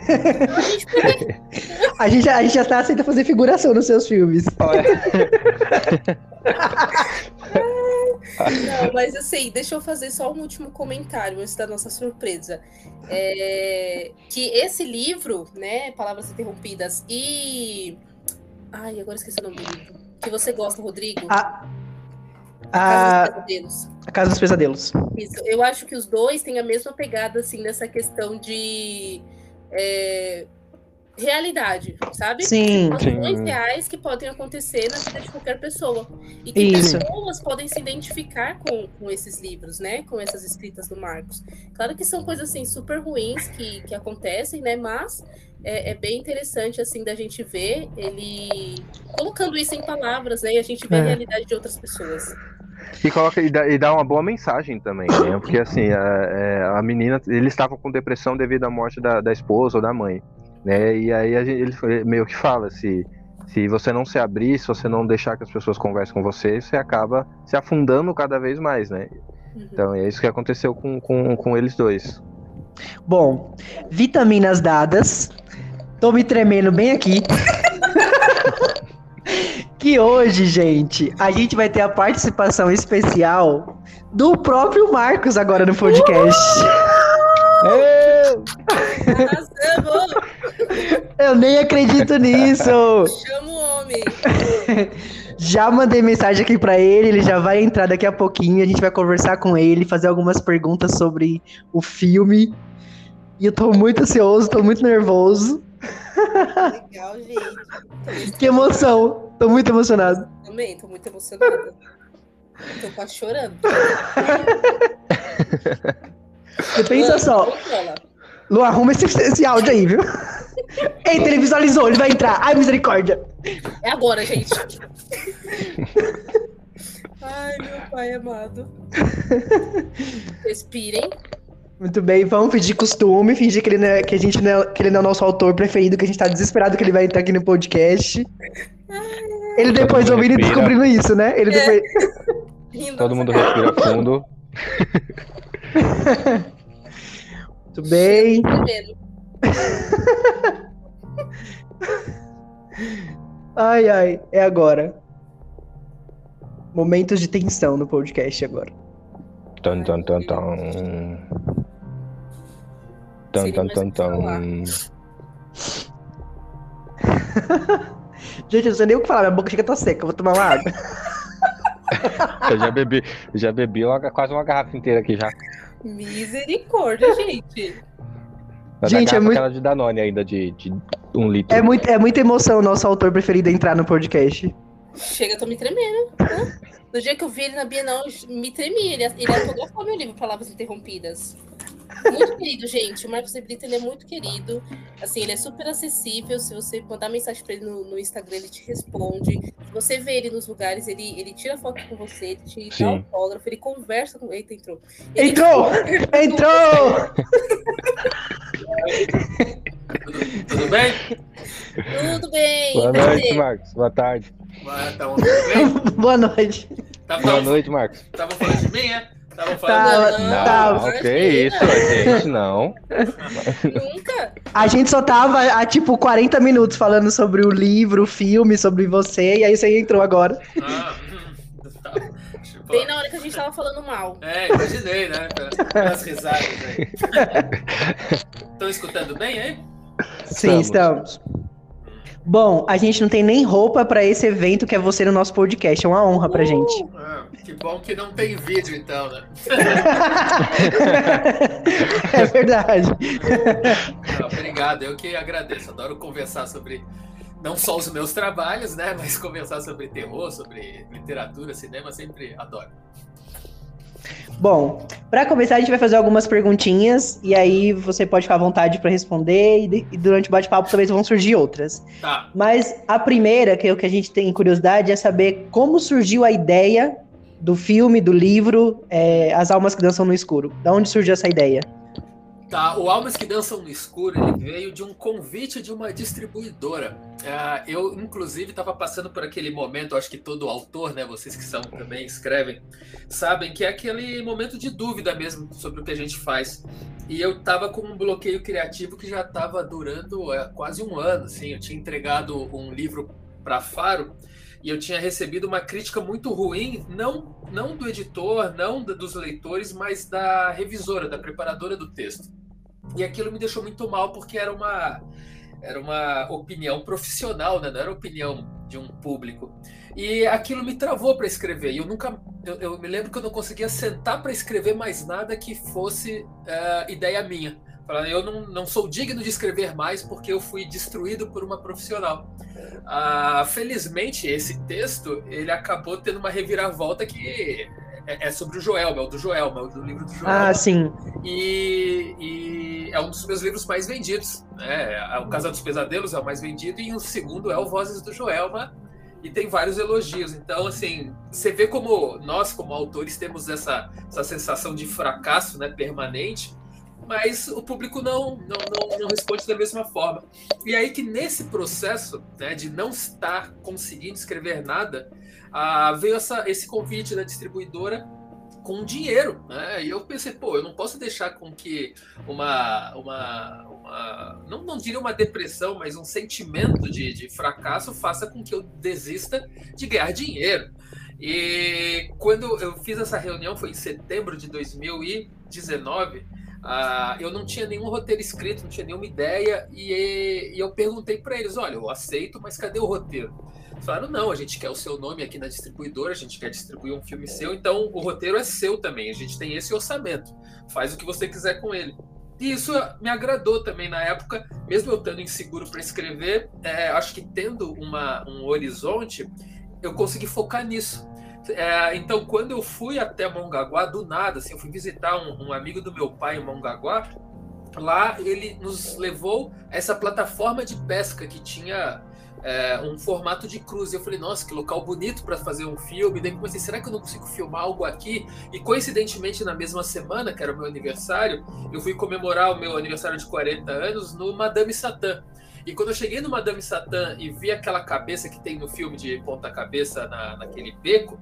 A gente já tá aceita fazer figuração nos seus filmes. Não, mas assim, deixa eu fazer só um último comentário antes da nossa surpresa. Que esse livro, né, Palavras Interrompidas e... Ai, agora esqueci o nome do livro. Que você gosta, Rodrigo? A Casa dos Pesadelos. A Casa dos Pesadelos. Isso, eu acho que os dois têm a mesma pegada, assim, nessa questão de realidade, sabe? Sim. Situações reais que podem acontecer na vida de qualquer pessoa. E que pessoas podem se identificar com esses livros, né? Com essas escritas do Marcos. Claro que são coisas, assim, super ruins que acontecem, né? Mas é bem interessante, assim, da gente ver ele colocando isso em palavras, né? E a gente vê a realidade de outras pessoas. E dá uma boa mensagem também, né? Porque, assim, a menina... Eles estavam com depressão devido à morte da esposa ou da mãe, né? E aí ele meio que fala, se você não se abrir, se você não deixar que as pessoas conversem com você, você acaba se afundando cada vez mais, né? Então é isso que aconteceu com eles dois. Bom, vitaminas dadas. Tô me tremendo bem aqui. Que hoje, gente, a gente vai ter a participação especial do próprio Marcos agora no podcast. Arrasamos! Eu nem acredito nisso! Chama o homem! Já mandei mensagem aqui pra ele já vai entrar daqui a pouquinho, a gente vai conversar com ele, fazer algumas perguntas sobre o filme. E eu tô muito ansioso, tô muito nervoso. Legal, gente. Que emoção! Tô muito emocionado. Também, tô muito emocionada. Tô quase chorando. Você pensa só. Lu, arruma esse áudio aí, viu? Eita, ele visualizou, ele vai entrar. Ai, misericórdia. É agora, gente. Ai, meu pai amado. Respirem. Muito bem, vamos fingir costume, fingir que ele não é o nosso autor preferido, que a gente tá desesperado que ele vai entrar aqui no podcast. Ele depois ouvindo e descobrindo isso, né? Ele depois... Todo mundo respira fundo. Muito bem. Ai, é agora. Momentos de tensão no podcast agora. Tan. Gente, eu não sei nem o que falar, minha boca chega tá seca, eu vou tomar uma água. Eu já bebi quase uma garrafa inteira aqui já. Misericórdia, gente. Gente, é muito... aquela de Danone ainda, de 1 litro. É muita emoção o nosso autor preferido entrar no podcast. Chega, eu tô me tremendo. Né? No dia que eu vi ele na Bienal, eu me tremi. Ele autografou meu livro, Palavras Interrompidas. Muito querido, gente. O Marcos de Brito, ele é muito querido. Assim, ele é super acessível. Se você mandar mensagem pra ele no Instagram, ele te responde. Se você vê ele nos lugares, ele tira foto com você, ele te dá autógrafo, ele conversa com... Eita, entrou! Entrou! Tudo bem? Tudo bem. Boa noite, Marcos. Boa tarde. Boa noite. Boa noite, Marcos. Estavam falando de mim, é? Estavam falando de mim? Não, que isso, gente, não. Nunca. A gente só tava há, 40 minutos falando sobre o livro, o filme, sobre você, e aí você entrou agora. Tá. Bem na hora que a gente tava falando mal. Imaginei, né? Pelas risadas aí. Estão escutando bem, hein? Sim, estamos. Bom, a gente não tem nem roupa pra esse evento que é você no nosso podcast. É uma honra pra gente. Que bom que não tem vídeo, então, né? É verdade. Não, obrigado, eu que agradeço. Adoro conversar sobre não só os meus trabalhos, né? Mas conversar sobre terror, sobre literatura, cinema, sempre adoro. Bom, para começar a gente vai fazer algumas perguntinhas e aí você pode ficar à vontade para responder e durante o bate-papo talvez vão surgir outras. Tá. Mas a primeira, que é o que a gente tem curiosidade, é saber como surgiu a ideia do filme, do livro, As Almas que Dançam no Escuro. Da onde surgiu essa ideia? Tá, o Almas que Dançam no Escuro, ele veio de um convite de uma distribuidora. Eu, inclusive, estava passando por aquele momento, acho que todo autor, né, vocês que são também escrevem, sabem que é aquele momento de dúvida mesmo sobre o que a gente faz. E eu estava com um bloqueio criativo que já estava durando quase um ano. Assim, eu tinha entregado um livro para Faro e eu tinha recebido uma crítica muito ruim, não do editor, não dos leitores, mas da revisora, da preparadora do texto. E aquilo me deixou muito mal, porque era uma opinião profissional, né? Não era opinião de um público. E aquilo me travou para escrever. E eu me lembro que eu não conseguia sentar para escrever mais nada que fosse ideia minha. Eu não sou digno de escrever mais porque eu fui destruído por uma profissional. Felizmente, esse texto ele acabou tendo uma reviravolta que é sobre o Joelma, é o do Joelma, é o do livro do Joelma. Sim. E é um dos meus livros mais vendidos. Né? O Casa dos Pesadelos é o mais vendido e o segundo é o Vozes do Joelma. E tem vários elogios. Então, assim, você vê como nós, como autores, temos essa sensação de fracasso, né, permanente, mas o público não responde da mesma forma. E aí que nesse processo, né, de não estar conseguindo escrever nada, veio esse convite da distribuidora com dinheiro, né? E eu pensei, eu não posso deixar com que não diria uma depressão, mas um sentimento de fracasso faça com que eu desista de ganhar dinheiro. E quando eu fiz essa reunião, foi em setembro de 2019, eu não tinha nenhum roteiro escrito, não tinha nenhuma ideia, e eu perguntei para eles, olha, eu aceito, mas cadê o roteiro? Falaram, não, a gente quer o seu nome aqui na distribuidora, a gente quer distribuir um filme seu, então o roteiro é seu também, a gente tem esse orçamento, faz o que você quiser com ele. E isso me agradou também na época, mesmo eu estando inseguro para escrever, acho que tendo um horizonte, eu consegui focar nisso. Então, quando eu fui até Mongaguá, do nada, assim, eu fui visitar um amigo do meu pai em Mongaguá, lá ele nos levou a essa plataforma de pesca que tinha um formato de cruz. E eu falei, nossa, que local bonito para fazer um filme. E daí comecei, será que eu não consigo filmar algo aqui? E coincidentemente, na mesma semana, que era o meu aniversário, eu fui comemorar o meu aniversário de 40 anos no Madame Satã. E quando eu cheguei no Madame Satã e vi aquela cabeça que tem no filme de ponta-cabeça naquele beco,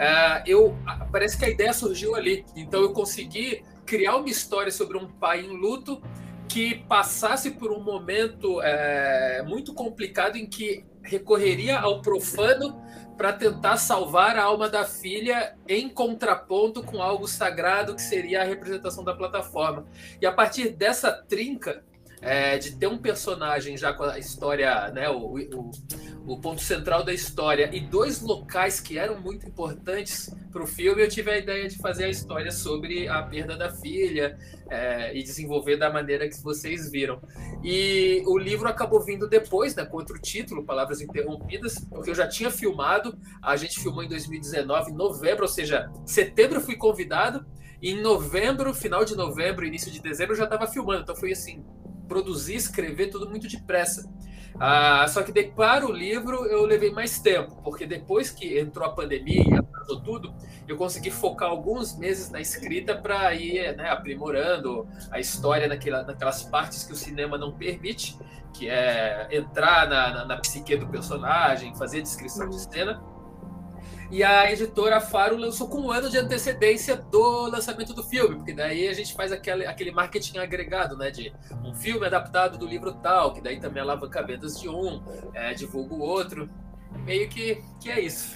parece que a ideia surgiu ali. Então eu consegui criar uma história sobre um pai em luto que passasse por um momento muito complicado em que recorreria ao profano para tentar salvar a alma da filha em contraponto com algo sagrado que seria a representação da plataforma. E a partir dessa trinca, de ter um personagem já com a história, né, o ponto central da história e dois locais que eram muito importantes para o filme, eu tive a ideia de fazer a história sobre a perda da filha e desenvolver da maneira que vocês viram. E o livro acabou vindo depois, né, com outro título, Palavras Interrompidas, porque eu já tinha filmado, a gente filmou em 2019, em novembro, ou seja, setembro eu fui convidado, e em novembro, final de novembro, início de dezembro, eu já estava filmando, então foi assim, produzir, escrever, tudo muito depressa. Só que para o livro eu levei mais tempo, porque depois que entrou a pandemia e atrasou tudo, eu consegui focar alguns meses na escrita para ir, né, aprimorando a história naquelas partes que o cinema não permite, que é entrar na psique do personagem, fazer descrição de cena. E a editora Faro lançou com um ano de antecedência do lançamento do filme, porque daí a gente faz aquele marketing agregado, né? De um filme adaptado do livro tal, que daí também alavanca vendas de divulga o outro. Meio que é isso.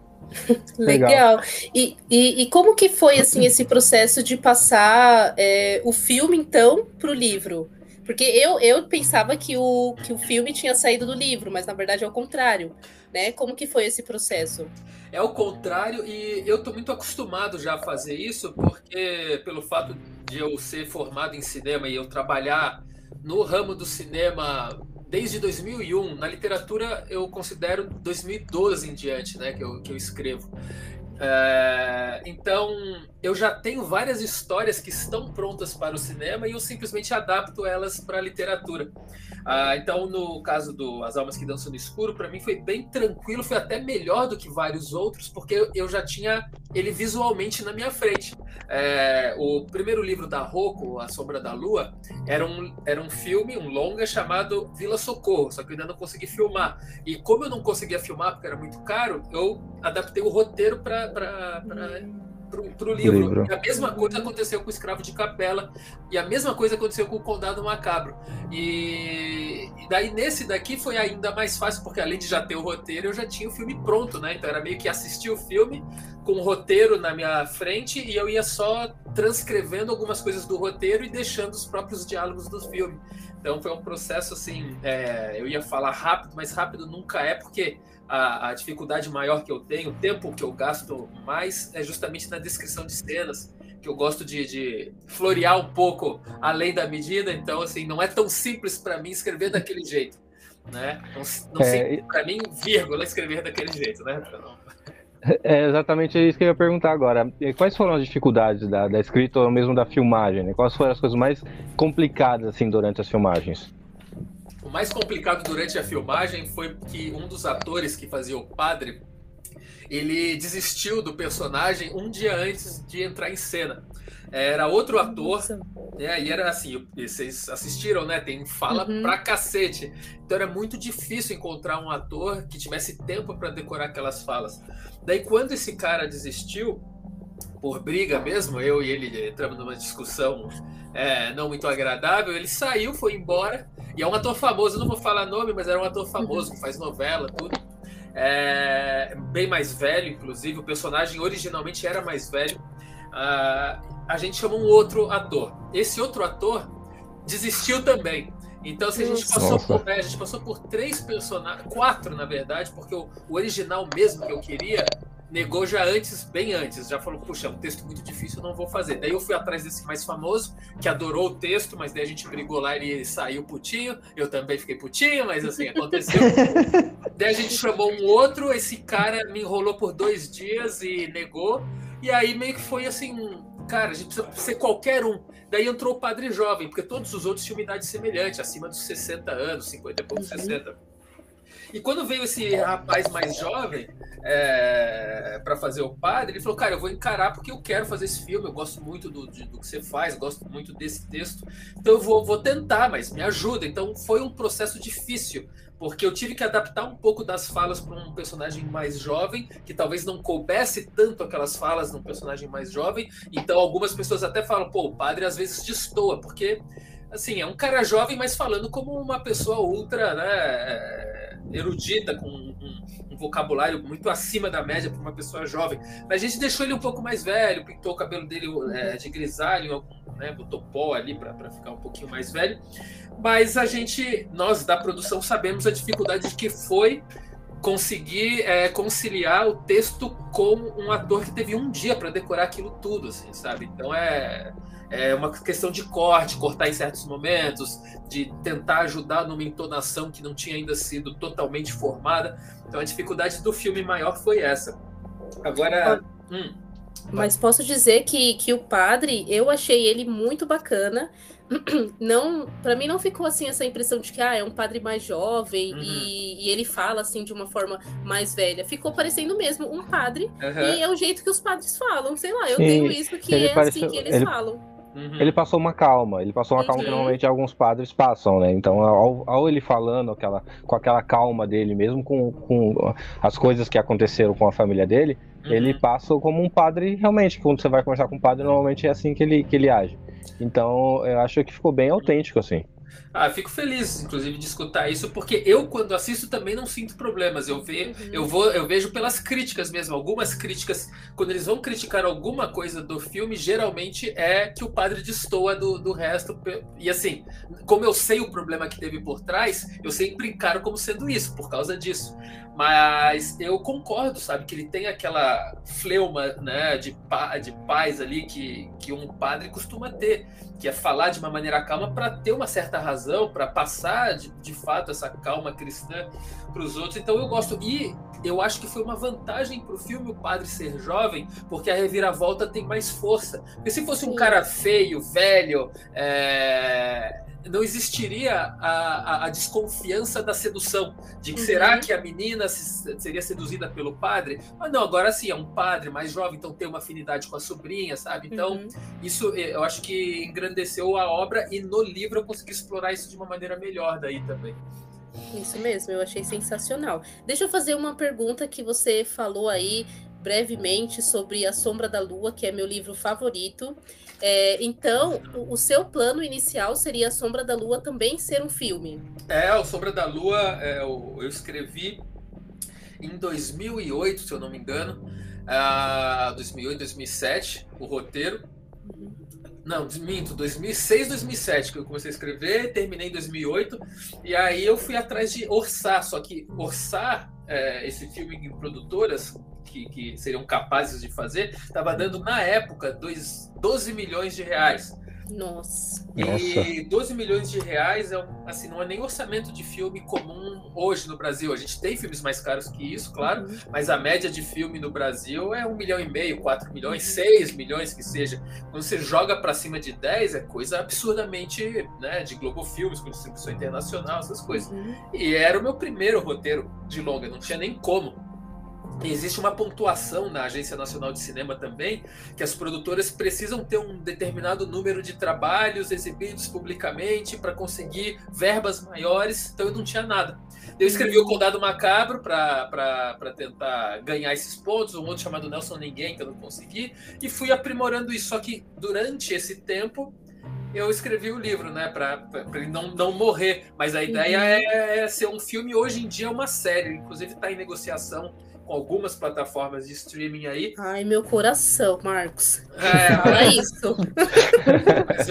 Legal. E como que foi assim, esse processo de passar o filme, então, para o livro? Porque eu pensava que o filme tinha saído do livro, mas na verdade é o contrário, né? Como que foi esse processo? É o contrário, e eu estou muito acostumado já a fazer isso, porque pelo fato de eu ser formado em cinema e eu trabalhar no ramo do cinema desde 2001, na literatura eu considero 2012 em diante, né, que eu escrevo. Então, eu já tenho várias histórias que estão prontas para o cinema e eu simplesmente adapto elas para a literatura. Então, no caso do As Almas que Dançam no Escuro, para mim foi bem tranquilo, foi até melhor do que vários outros, porque eu já tinha ele visualmente na minha frente. O primeiro livro da Rocco, A Sombra da Lua, era um filme, um longa chamado Vila Socorro, só que eu ainda não consegui filmar. E como eu não conseguia filmar porque era muito caro, eu adaptei o roteiro para o livro. E a mesma coisa aconteceu com o Escravo de Capela, e a mesma coisa aconteceu com o Condado Macabro. E daí nesse daqui foi ainda mais fácil, porque além de já ter o roteiro, eu já tinha o filme pronto, né? Então era meio que assistir o filme com o roteiro na minha frente e eu ia só transcrevendo algumas coisas do roteiro e deixando os próprios diálogos do filme. Então foi um processo assim, eu ia falar rápido, mas rápido nunca é, porque a dificuldade maior que eu tenho, o tempo que eu gasto mais é justamente na descrição de cenas, que eu gosto de florear um pouco além da medida. Então, assim, não é tão simples para mim escrever daquele jeito, né? Não simples para mim, vírgula, escrever daquele jeito, né? É exatamente isso que eu ia perguntar agora. Quais foram as dificuldades da escrita ou mesmo da filmagem, né? Quais foram as coisas mais complicadas, assim, durante as filmagens? O mais complicado durante a filmagem foi que um dos atores que fazia o padre, ele desistiu do personagem um dia antes de entrar em cena. Era outro ator, né? E era assim, vocês assistiram, né? Tem fala pra cacete. Então era muito difícil encontrar um ator que tivesse tempo para decorar aquelas falas. Daí quando esse cara desistiu, por briga mesmo, eu e ele entramos numa discussão não muito agradável, ele saiu, foi embora, e é um ator famoso, eu não vou falar nome, mas era um ator famoso que faz novela, tudo. Bem mais velho, inclusive, o personagem originalmente era mais velho. A gente chamou um outro ator. Esse outro ator desistiu também. Então, assim, a gente passou por 3 personagens, 4 na verdade, porque o original mesmo que eu queria negou já bem antes, já falou, puxa, é um texto muito difícil, eu não vou fazer. Daí eu fui atrás desse mais famoso, que adorou o texto, mas daí a gente brigou lá e ele saiu putinho, eu também fiquei putinho, mas assim, aconteceu. Daí a gente chamou um outro, esse cara me enrolou por 2 dias e negou, e aí meio que foi assim, cara, a gente precisa ser qualquer um. Daí entrou o padre jovem, porque todos os outros tinham uma idade semelhante, acima dos 60 anos, 50 e poucos, 60. E quando veio esse rapaz mais jovem para fazer o padre, ele falou, cara, eu vou encarar porque eu quero fazer esse filme, eu gosto muito do que você faz, gosto muito desse texto, então eu vou tentar, mas me ajuda. Então foi um processo difícil, porque eu tive que adaptar um pouco das falas para um personagem mais jovem, que talvez não coubesse tanto aquelas falas num personagem mais jovem. Então algumas pessoas até falam, pô, o padre às vezes destoa, porque assim, é um cara jovem, mas falando como uma pessoa ultra, né, erudita, com um vocabulário muito acima da média para uma pessoa jovem. Mas a gente deixou ele um pouco mais velho, pintou o cabelo dele de grisalho, né, botou pó ali para ficar um pouquinho mais velho. Mas nós da produção sabemos a dificuldade que foi conseguir conciliar o texto com um ator que teve um dia para decorar aquilo tudo, assim, sabe? Então é uma questão de cortar em certos momentos, de tentar ajudar numa entonação que não tinha ainda sido totalmente formada. Então a dificuldade do filme maior foi essa. Agora... Mas posso dizer que o padre, eu achei ele muito bacana. Não, para mim não ficou assim essa impressão de que é um padre mais jovem e ele fala assim de uma forma mais velha. Ficou parecendo mesmo um padre e é o jeito que os padres falam, sei lá, eu tenho isso que assim que eles falam. Ele passou uma calma, que normalmente alguns padres passam, né? Então, ao ele falando com aquela calma dele, mesmo com as coisas que aconteceram com a família dele, ele passa como um padre realmente. Quando você vai conversar com um padre, normalmente é assim que ele age. Então, eu acho que ficou bem autêntico, assim. Fico feliz, inclusive, de escutar isso, porque eu, quando assisto, também não sinto problemas. Eu vejo pelas críticas mesmo. Algumas críticas, quando eles vão criticar alguma coisa do filme, geralmente é que o padre destoa do resto. E assim, como eu sei o problema que teve por trás, eu sempre encaro como sendo isso, por causa disso. Mas eu concordo, sabe, que ele tem aquela fleuma, né, de paz ali que um padre costuma ter, que é falar de uma maneira calma para ter uma certa razão, para passar de fato essa calma cristã para os outros. Então eu gosto, e eu acho que foi uma vantagem para o filme o padre ser jovem, porque a reviravolta tem mais força. Porque se fosse um cara feio, velho, não existiria a desconfiança da sedução, de que será que a menina seria seduzida pelo padre? Ah, não, agora sim, é um padre mais jovem, então tem uma afinidade com a sobrinha, sabe? Então, isso eu acho que engrandeceu a obra, e no livro eu consegui explorar isso de uma maneira melhor daí também. Isso mesmo, eu achei sensacional. Deixa eu fazer uma pergunta que você falou aí brevemente sobre A Sombra da Lua, que é meu livro favorito. Então, o seu plano inicial seria A Sombra da Lua também ser um filme? A Sombra da Lua, eu escrevi em 2008, se eu não me engano, 2008, 2007, o roteiro. Não, minto, 2006, 2007 que eu comecei a escrever, terminei em 2008, e aí eu fui atrás de orçar, só que orçar esse filme em produtoras que seriam capazes de fazer, estava dando na época 12 milhões de reais. Nossa. E 12 milhões de reais assim, não é nem orçamento de filme comum hoje no Brasil. A gente tem filmes mais caros que isso, claro, mas a média de filme no Brasil é 1,5 milhão, 4 milhões, 6 milhões que seja. Quando você joga para cima de 10, é coisa absurdamente, né, de Globo Filmes, com distribuição internacional, essas coisas. E era o meu primeiro roteiro de longa, não tinha nem como. E existe uma pontuação na Agência Nacional de Cinema também, que as produtoras precisam ter um determinado número de trabalhos exibidos publicamente para conseguir verbas maiores, então eu não tinha nada. Eu escrevi o Condado Macabro para tentar ganhar esses pontos, um outro chamado Nelson Ninguém, que eu não consegui, e fui aprimorando isso. Só que durante esse tempo eu escrevi o livro, né, para ele não morrer, mas a ideia é ser um filme. Hoje em dia é uma série, inclusive está em negociação com algumas plataformas de streaming aí. Ai, meu coração, Marcos. Fala isso. Mas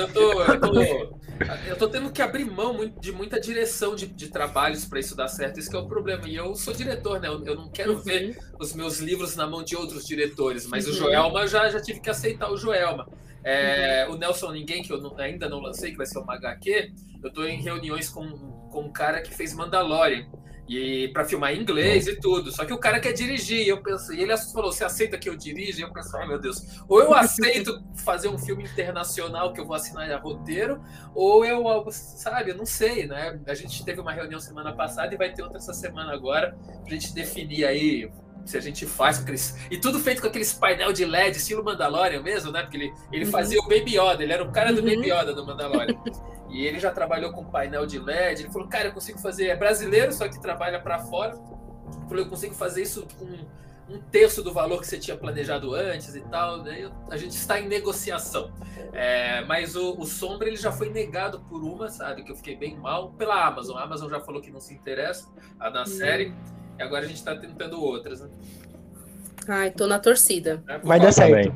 eu tô tendo que abrir mão de muita direção de trabalhos para isso dar certo. Isso que é o problema. E eu sou diretor, né? Eu não quero ver os meus livros na mão de outros diretores. Mas o Joelma, já tive que aceitar o Joelma. O Nelson Ninguém, que eu ainda não lancei, que vai ser uma HQ, eu tô em reuniões com um cara que fez Mandalorian. E para filmar em inglês e tudo. Só que o cara quer dirigir. Eu pensei, e ele falou: você aceita que eu dirija? E eu pensei, ai meu Deus, ou eu aceito fazer um filme internacional que eu vou assinar a roteiro, ou eu, sabe, eu não sei, né? A gente teve uma reunião semana passada e vai ter outra essa semana agora, pra gente definir aí se a gente faz com aqueles... E tudo feito com aqueles painel de LED, estilo Mandalorian mesmo, né? Porque ele fazia o Baby Yoda, ele era o cara do Baby Yoda do Mandalorian. E ele já trabalhou com painel de LED. Ele falou, cara, eu consigo fazer... É brasileiro, só que trabalha para fora. Ele falou, eu consigo fazer isso com 1/3 do valor que você tinha planejado antes e tal. Daí a gente está em negociação. Mas o Sombra, ele já foi negado por uma, sabe? Que eu fiquei bem mal. Pela Amazon. A Amazon já falou que não se interessa na série. E agora a gente está tentando outras, né? Ai, tô na torcida. Vai dar certo.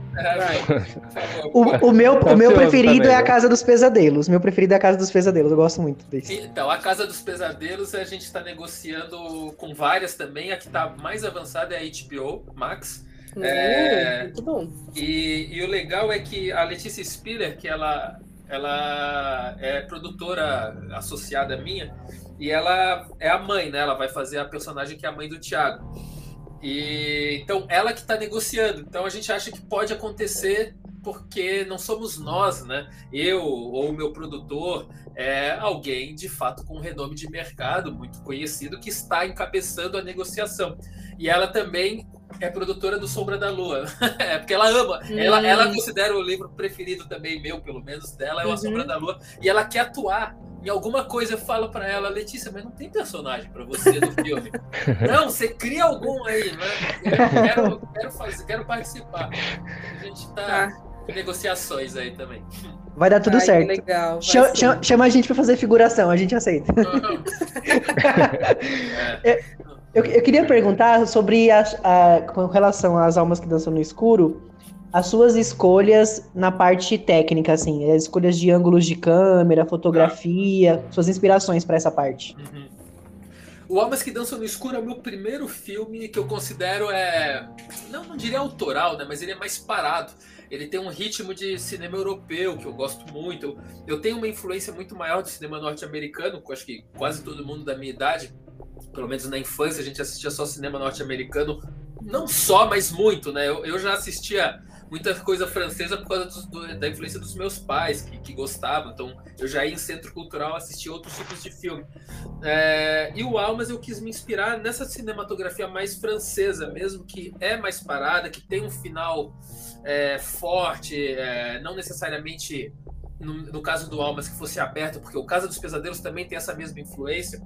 O meu preferido é A Casa dos Pesadelos. Meu preferido é A Casa dos Pesadelos. Eu gosto muito desse. Então, A Casa dos Pesadelos a gente está negociando com várias também. A que está mais avançada é a HBO Max. Muito bom. E o legal é que a Letícia Spiller, que ela é produtora associada minha, e ela é a mãe, né? Ela vai fazer a personagem que é a mãe do Thiago. E então ela que está negociando. Então a gente acha que pode acontecer porque não somos nós, né? Eu ou o meu produtor, é alguém de fato com renome de mercado muito conhecido que está encabeçando a negociação. E ela também é produtora do Sombra da Lua. Porque ela ama. Ela considera o livro preferido também, meu, pelo menos, dela, é o Sombra da Lua. E ela quer atuar em alguma coisa. Eu falo pra ela, Letícia, mas não tem personagem pra você no filme. Não, você cria algum aí, né? Quero participar. A gente tá em negociações aí também. Vai dar tudo certo. Legal, chama a gente pra fazer figuração, a gente aceita. Eu queria perguntar sobre com relação às Almas que Dançam no Escuro, as suas escolhas na parte técnica, assim, as escolhas de ângulos de câmera, fotografia, suas inspirações para essa parte. O Almas que Dançam no Escuro é o meu primeiro filme que eu considero não diria autoral, né, mas ele é mais parado. ele tem um ritmo de cinema europeu que eu gosto muito. Eu tenho uma influência muito maior do cinema norte-americano, que eu acho que quase todo mundo da minha idade, pelo menos na infância, a gente assistia só cinema norte-americano, não só, mas muito, né? Eu já assistia muita coisa francesa por causa da influência dos meus pais, que gostavam. Então, eu já ia em centro cultural assistir outros tipos de filme. E o Almas eu quis me inspirar nessa cinematografia mais francesa mesmo, que é mais parada, que tem um final forte, não necessariamente, no caso do Almas, que fosse aberto, porque o Casa dos Pesadelos também tem essa mesma influência.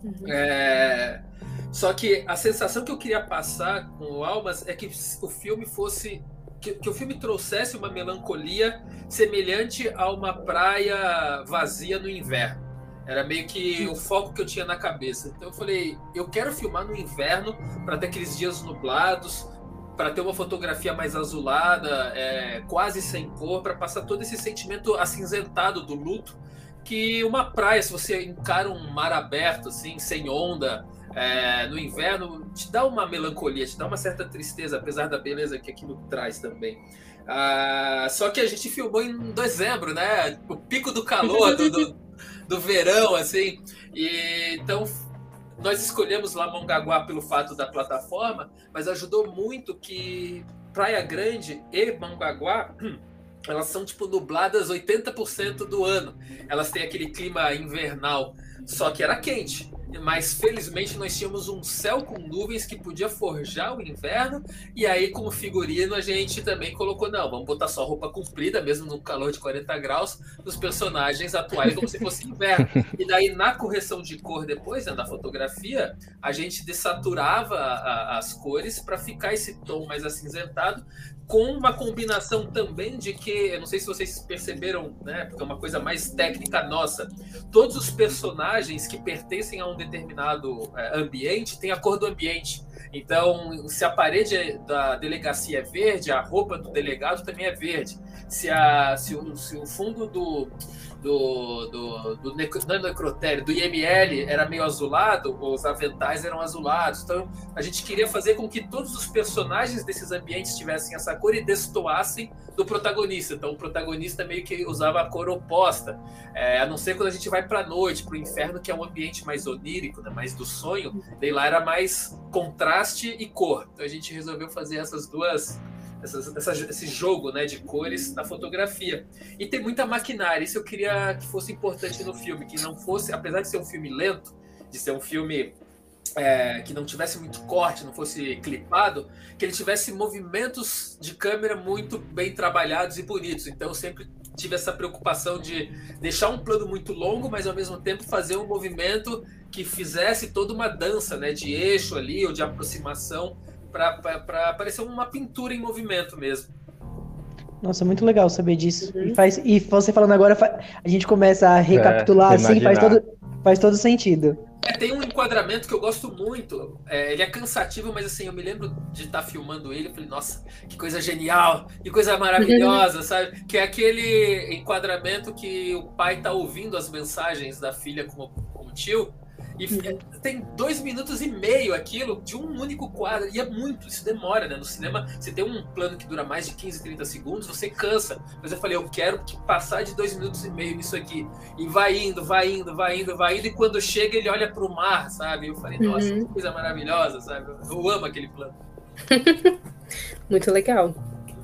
Só que a sensação que eu queria passar com o Almas é que o filme fosse... Que o filme trouxesse uma melancolia semelhante a uma praia vazia no inverno. Era meio que o foco que eu tinha na cabeça. Então eu falei, eu quero filmar no inverno para ter aqueles dias nublados, para ter uma fotografia mais azulada, quase sem cor, para passar todo esse sentimento acinzentado do luto, que uma praia, se você encara um mar aberto, assim, sem onda, no inverno, te dá uma melancolia, te dá uma certa tristeza, apesar da beleza que aquilo traz também. Só que a gente filmou em dezembro, né? O pico do calor do verão, assim. Então, nós escolhemos lá Mongaguá pelo fato da plataforma, mas ajudou muito que Praia Grande e Mongaguá, elas são tipo nubladas 80% do ano. Elas têm aquele clima invernal, só que era quente. Mas felizmente nós tínhamos um céu com nuvens que podia forjar o inverno, e aí como figurino a gente também colocou, não, vamos botar só roupa comprida, mesmo no calor de 40 graus, dos personagens atuais como se fosse inverno. E daí na correção de cor depois, né, da fotografia, a gente desaturava as cores para ficar esse tom mais acinzentado, com uma combinação também de que, eu não sei se vocês perceberam, né, porque é uma coisa mais técnica nossa, todos os personagens que pertencem a um determinado ambiente têm a cor do ambiente. Então, se a parede da delegacia é verde, a roupa do delegado também é verde. Se o fundo do necrotério, do IML, era meio azulado, os aventais eram azulados. Então, a gente queria fazer com que todos os personagens desses ambientes tivessem essa cor e destoassem do protagonista. Então, o protagonista meio que usava a cor oposta. A não ser quando a gente vai para a noite, para o inferno, que é um ambiente mais onírico, né, mais do sonho. Daí lá era mais contraste e cor. Então, a gente resolveu fazer essas duas... esse jogo, né, de cores na fotografia. E tem muita maquinária, isso eu queria que fosse importante no filme, que não fosse, apesar de ser um filme lento, de ser um filme que não tivesse muito corte, não fosse clipado, que ele tivesse movimentos de câmera muito bem trabalhados e bonitos. Então eu sempre tive essa preocupação de deixar um plano muito longo, mas ao mesmo tempo fazer um movimento que fizesse toda uma dança, né, de eixo ali, ou de aproximação, para parecer uma pintura em movimento mesmo. Nossa, muito legal saber disso. E você falando agora, a gente começa a recapitular assim, faz todo sentido. Tem um enquadramento que eu gosto muito. Ele é cansativo, mas assim, eu me lembro de estar filmando ele. Eu falei, nossa, que coisa genial, que coisa maravilhosa, sabe? Que é aquele enquadramento que o pai tá ouvindo as mensagens da filha com o tio. E tem 2 minutos e meio aquilo de um único quadro, e é muito, isso demora, né? No cinema, você tem um plano que dura mais de 15, 30 segundos, você cansa. Mas eu falei, eu quero passar de 2 minutos e meio nisso aqui. E vai indo, e quando chega ele olha pro mar, sabe? Eu falei, nossa, que coisa maravilhosa, sabe? Eu amo aquele plano. Muito legal.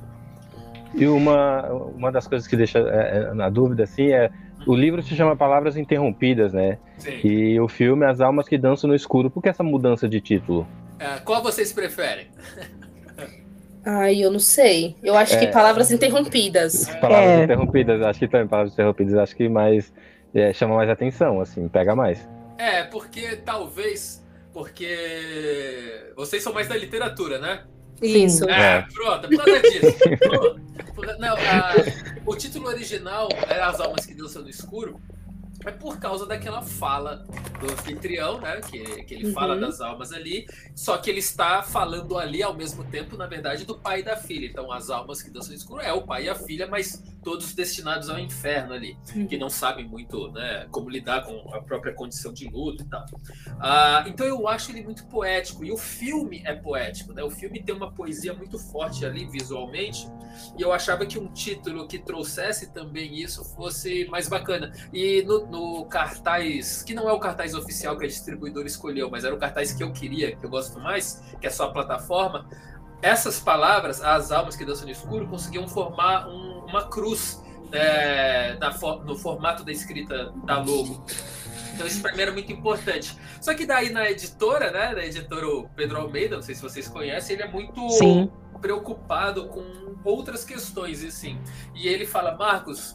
E uma das coisas que deixa na dúvida, assim, o livro se chama Palavras Interrompidas, né? Sim. E o filme As Almas que Dançam no Escuro. Por que essa mudança de título? Qual vocês preferem? Ai, eu não sei. Eu acho que Palavras Interrompidas. Palavras Interrompidas, acho que também Palavras Interrompidas, acho que mais chama mais atenção, assim, pega mais. Porque vocês são mais da literatura, né? Isso. Pronto, por causa disso. Não, o título original é As Almas que Dançam no Escuro, é por causa daquela fala do anfitrião, né? Que ele fala das almas ali, só que ele está falando ali ao mesmo tempo, na verdade, do pai e da filha. Então, As Almas que Dançam no Escuro é o pai e a filha, mas todos destinados ao inferno ali, que não sabem muito, né, como lidar com a própria condição de luto e tal. Então eu acho ele muito poético, e o filme é poético, né? O filme tem uma poesia muito forte ali visualmente, e eu achava que um título que trouxesse também isso fosse mais bacana. E no cartaz, que não é o cartaz oficial que a distribuidora escolheu, mas era o cartaz que eu queria, que eu gosto mais, que é só a plataforma, essas palavras, as almas que dançam no escuro, conseguiam formar uma cruz no formato da escrita da logo. Então isso para mim era muito importante. Só que daí na editora, né, da editora Pedro Almeida, não sei se vocês conhecem, ele é muito preocupado com outras questões, assim. E ele fala, Marcos,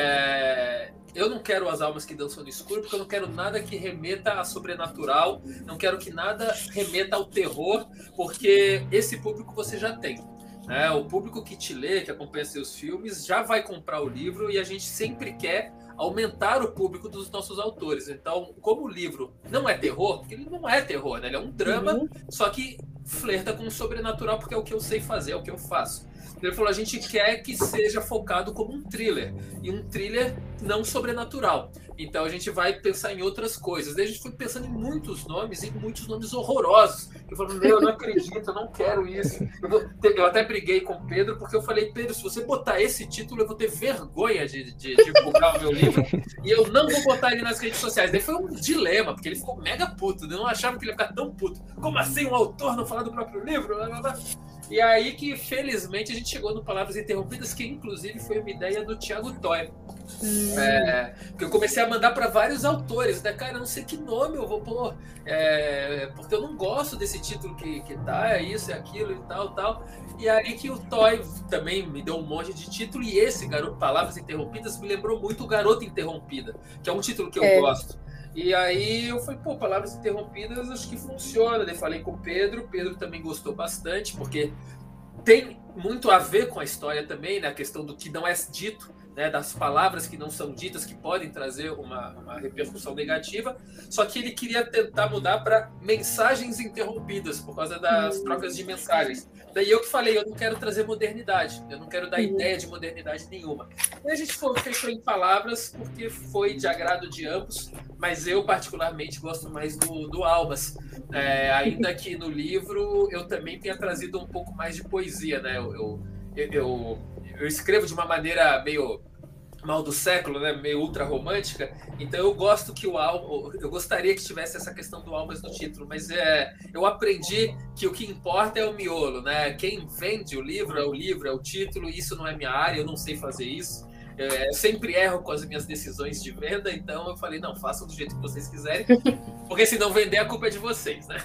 eu não quero as almas que dançam no escuro, porque eu não quero nada que remeta a sobrenatural, não quero que nada remeta ao terror, porque esse público você já tem. O público que te lê, que acompanha seus filmes, já vai comprar o livro, e a gente sempre quer aumentar o público dos nossos autores. Então, como o livro não é terror, porque ele não é terror, né? Ele é um drama, só que flerta com o sobrenatural, porque é o que eu sei fazer, é o que eu faço. Ele falou, a gente quer que seja focado como um thriller, e um thriller não sobrenatural. Então a gente vai pensar em outras coisas. Daí a gente foi pensando em muitos nomes, e muitos nomes horrorosos. Eu falei, eu não acredito, eu não quero isso. Eu até briguei com o Pedro, porque eu falei, Pedro, se você botar esse título, eu vou ter vergonha de divulgar o meu livro, e eu não vou botar ele nas redes sociais. Daí foi um dilema, porque ele ficou mega puto. Eu não achava que ele ia ficar tão puto. Como assim um autor não falar do próprio livro? Blá, blá, blá. E aí que, felizmente, a gente chegou no Palavras Interrompidas, que inclusive foi uma ideia do Thiago Toy. Que eu comecei a mandar para vários autores, né? Cara, eu não sei que nome eu vou pôr, porque eu não gosto desse título que tá, é isso, é aquilo e tal. E aí que o Toy também me deu um monte de título, e esse Garoto Palavras Interrompidas me lembrou muito Garota Interrompida, que é um título que eu gosto. E aí eu falei, Palavras Interrompidas acho que funciona. Daí falei com o Pedro também gostou bastante, porque tem muito a ver com a história também, né? A questão do que não é dito, né? Das palavras que não são ditas, que podem trazer uma repercussão negativa. Só que ele queria tentar mudar para mensagens interrompidas, por causa das trocas de mensagens. Daí eu que falei, eu não quero trazer modernidade, eu não quero dar ideia de modernidade nenhuma. E a gente fechou em palavras, porque foi de agrado de ambos, mas eu particularmente gosto mais do Almas. Ainda que no livro eu também tenha trazido um pouco mais de poesia, né? Eu escrevo de uma maneira meio mal do século, né? Meio ultra romântica, então eu gosto que eu gostaria que tivesse essa questão do Almas no título, mas eu aprendi que o que importa é o miolo, né? Quem vende o livro, é o título, isso não é minha área, eu não sei fazer isso. Eu sempre erro com as minhas decisões de venda, então eu falei, não, façam do jeito que vocês quiserem, porque se não vender, a culpa é de vocês, né?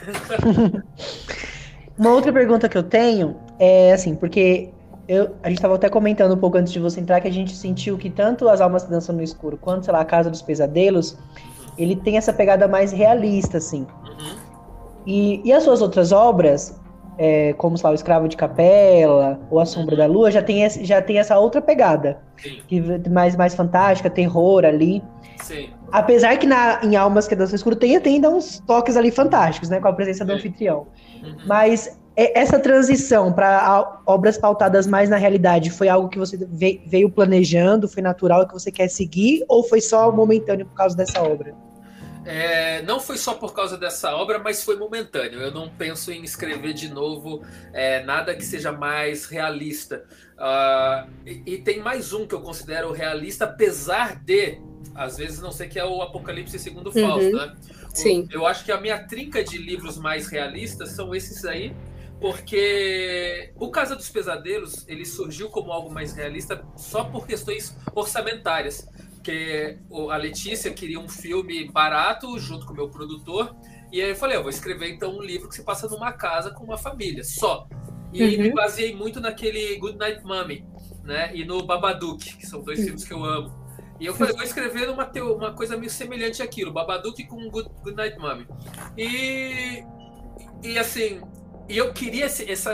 Uma outra pergunta que eu tenho é assim, porque a gente estava até comentando um pouco antes de você entrar, que a gente sentiu que tanto As Almas que Dançam no Escuro quanto, sei lá, A Casa dos Pesadelos, ele tem essa pegada mais realista, assim. E as suas outras obras, como, sei lá, O Escravo de Capela ou A Sombra da Lua, já tem essa outra pegada. Que mais fantástica, terror ali. Sim. Apesar que em Almas que Dançam no Escuro tem ainda uns toques ali fantásticos, né? Com a presença do anfitrião. Mas essa transição para obras pautadas mais na realidade foi algo que você veio planejando, foi natural, que você quer seguir, ou foi só momentâneo por causa dessa obra? Não foi só por causa dessa obra, mas foi momentâneo. Eu não penso em escrever de novo nada que seja mais realista. E tem mais um que eu considero realista, apesar de, às vezes, não sei, que é o Apocalipse Segundo Fausto, né? Sim. Eu acho que a minha trinca de livros mais realistas são esses aí, porque o Casa dos Pesadelos ele surgiu como algo mais realista só por questões orçamentárias, porque a Letícia queria um filme barato junto com o meu produtor, e aí eu falei, eu vou escrever então um livro que se passa numa casa com uma família, só. E me baseei muito naquele Good Night Mommy, né? E no Babadook, que são dois filmes que eu amo. E eu falei, vou escrever uma coisa meio semelhante àquilo, Babadook com Good Night Mommy. E assim, eu queria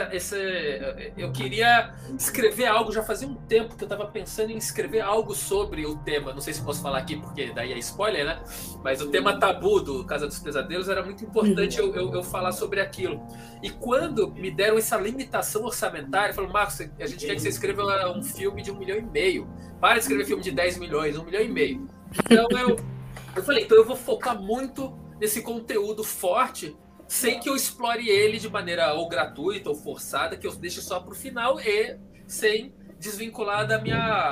eu queria escrever algo, já fazia um tempo que eu estava pensando em escrever algo sobre o tema. Não sei se posso falar aqui, porque daí é spoiler, né? Mas o tema tabu do Casa dos Pesadelos era muito importante eu falar sobre aquilo. E quando me deram essa limitação orçamentária, falaram, Marcos, a gente quer que você escreva um filme de 1,5 milhão. Para de escrever filme de 10 milhões, 1,5 milhão. Então eu falei, então eu vou focar muito nesse conteúdo forte, sem que eu explore ele de maneira ou gratuita ou forçada, que eu deixe só para o final e sem desvincular da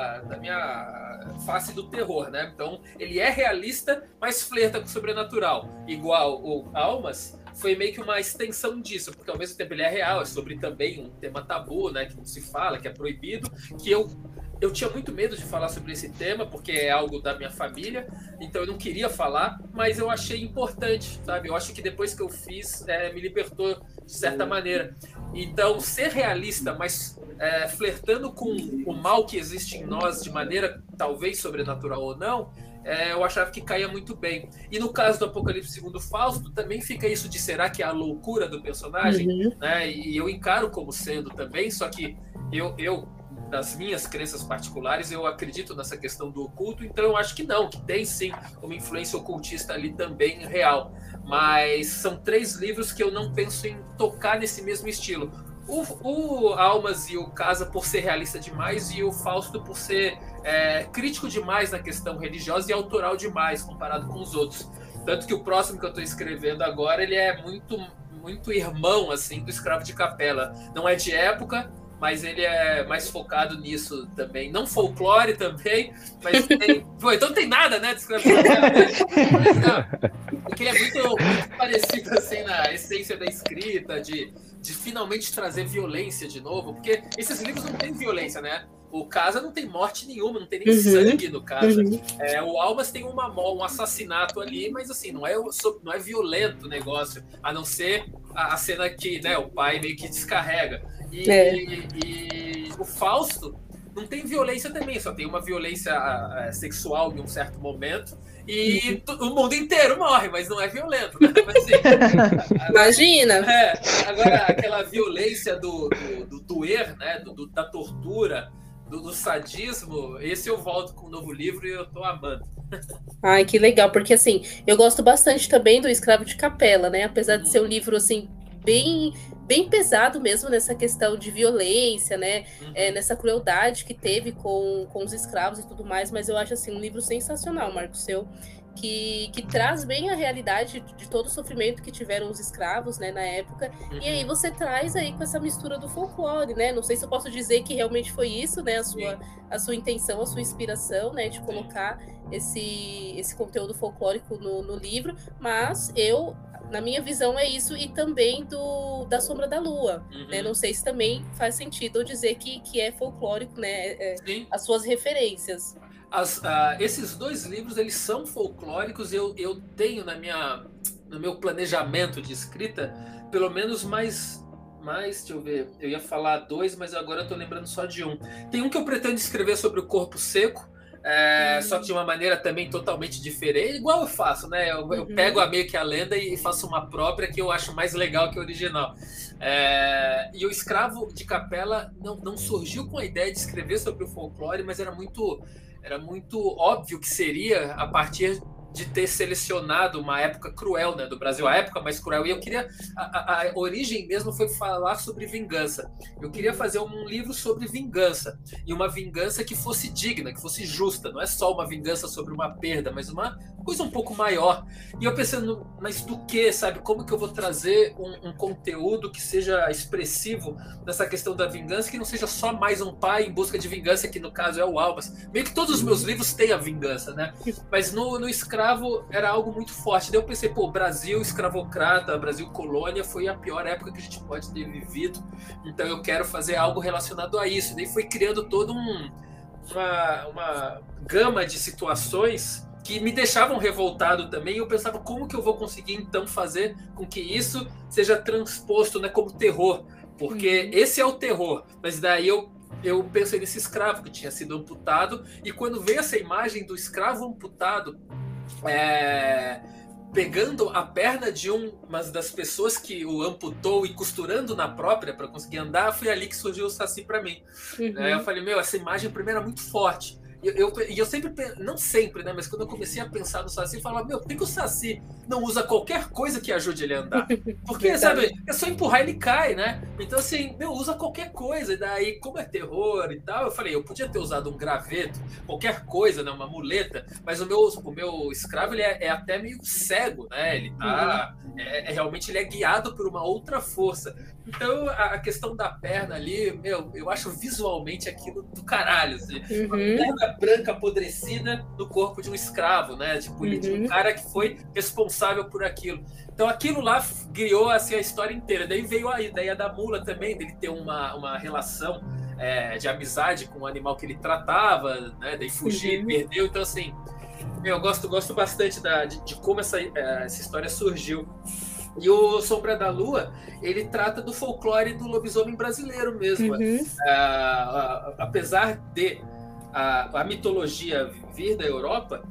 minha face do terror, né? Então, ele é realista, mas flerta com o sobrenatural. Igual o Almas, foi meio que uma extensão disso, porque ao mesmo tempo ele é real, é sobre também um tema tabu, né? Que não se fala, que é proibido, que eu tinha muito medo de falar sobre esse tema, porque é algo da minha família, então eu não queria falar, mas eu achei importante, sabe? Eu acho que depois que eu fiz, me libertou de certa maneira. Então, ser realista, mas flertando com o mal que existe em nós, de maneira talvez sobrenatural ou não, eu achava que caía muito bem. E no caso do Apocalipse segundo Fausto, também fica isso de será que é a loucura do personagem? Né? E eu encaro como sendo também, só que eu das minhas crenças particulares, eu acredito nessa questão do oculto, então eu acho que não, que tem sim uma influência ocultista ali também real. Mas são 3 livros que eu não penso em tocar nesse mesmo estilo. O Almas e o Casa por ser realista demais, e o Fausto por ser crítico demais na questão religiosa e autoral demais comparado com os outros. Tanto que o próximo que eu estou escrevendo agora, ele é muito irmão assim do Escravo de Capela. Não é de época, mas ele é mais focado nisso também. Não folclore também, mas tem... Pô, então não tem nada, né, de Escravo de Capela. Porque ele é muito parecido assim na essência da escrita, de finalmente trazer violência de novo, porque esses livros não têm violência, né? O Casa não tem morte nenhuma, não tem nem sangue no Casa. O Almas tem um assassinato ali, mas assim, não é violento o negócio, a não ser a cena que, né, o pai meio que descarrega. E o Fausto não tem violência também, só tem uma violência sexual em um certo momento. E o mundo inteiro morre, mas não é violento, né? Mas, assim, imagina! Agora, aquela violência do doer, né? Da tortura, do sadismo, esse eu volto com um novo livro e eu tô amando. Ai, que legal, porque assim, eu gosto bastante também do Escravo de Capela, né? Apesar de ser um livro, assim, bem pesado mesmo nessa questão de violência, né? Nessa crueldade que teve com os escravos e tudo mais, mas eu acho assim um livro sensacional, Marcos, seu, que traz bem a realidade de todo o sofrimento que tiveram os escravos, né, na época. E aí você traz aí com essa mistura do folclore, né? Não sei se eu posso dizer que realmente foi isso, né? A sua intenção, a sua inspiração, né? De colocar esse conteúdo folclórico no livro, mas na minha visão é isso, e também da Sombra da Lua, né? Não sei se também faz sentido eu dizer que é folclórico, né? As suas referências. Esses 2 livros, eles são folclóricos. Eu tenho no meu planejamento de escrita, pelo menos mais, deixa eu ver, eu ia falar 2, mas agora eu tô lembrando só de um. Tem um que eu pretendo escrever sobre o corpo seco, só que de uma maneira também totalmente diferente, igual eu faço, né? Eu pego meio que a lenda e faço uma própria que eu acho mais legal que a original. E o Escravo de Capela não surgiu com a ideia de escrever sobre o folclore, mas era muito óbvio que seria a partir de ter selecionado uma época cruel, né, do Brasil, a época mais cruel. E eu queria... A origem mesmo foi falar sobre vingança. Eu queria fazer um livro sobre vingança. E uma vingança que fosse digna, que fosse justa. Não é só uma vingança sobre uma perda, mas uma coisa um pouco maior. E eu pensando, mas do que, sabe? Como que eu vou trazer um conteúdo que seja expressivo nessa questão da vingança, que não seja só mais um pai em busca de vingança, que no caso é o Almas. Meio que todos os meus livros têm a vingança, né? Mas no Escravo era algo muito forte. Daí eu pensei, Brasil escravocrata, Brasil colônia, foi a pior época que a gente pode ter vivido. Então eu quero fazer algo relacionado a isso. Daí foi criando toda uma gama de situações que me deixavam revoltado também. E eu pensava, como que eu vou conseguir então fazer com que isso seja transposto, né, como terror? Porque esse é o terror. Mas daí eu pensei nesse escravo que tinha sido amputado, e quando veio essa imagem do escravo amputado, pegando a perna de uma das pessoas que o amputou e costurando na própria para conseguir andar, foi ali que surgiu o Saci para mim. Eu falei, essa imagem primeiro é muito forte. E eu sempre, não sempre, né? Mas quando eu comecei a pensar no Saci, eu falava, por que o Saci não usa qualquer coisa que ajude ele a andar? Porque, sabe, é só empurrar ele cai, né? Então, assim, usa qualquer coisa. E daí, como é terror e tal, eu falei, eu podia ter usado um graveto, qualquer coisa, né? Uma muleta, mas o meu escravo, ele é até meio cego, né? Ele tá... realmente ele é guiado por uma outra força. Então, a questão da perna ali, eu acho visualmente aquilo do caralho, assim. Uma perna branca apodrecida no corpo de um escravo, né? Tipo, de um cara que foi responsável por aquilo. Então, aquilo lá criou assim, a história inteira. Daí veio a ideia da mula também, dele ter uma relação de amizade com o animal que ele tratava, né? Daí fugir, perdeu. Então, assim, eu gosto bastante de como essa história surgiu. E o Sombra da Lua, ele trata do folclore do lobisomem brasileiro mesmo. Apesar de a mitologia vir da Europa,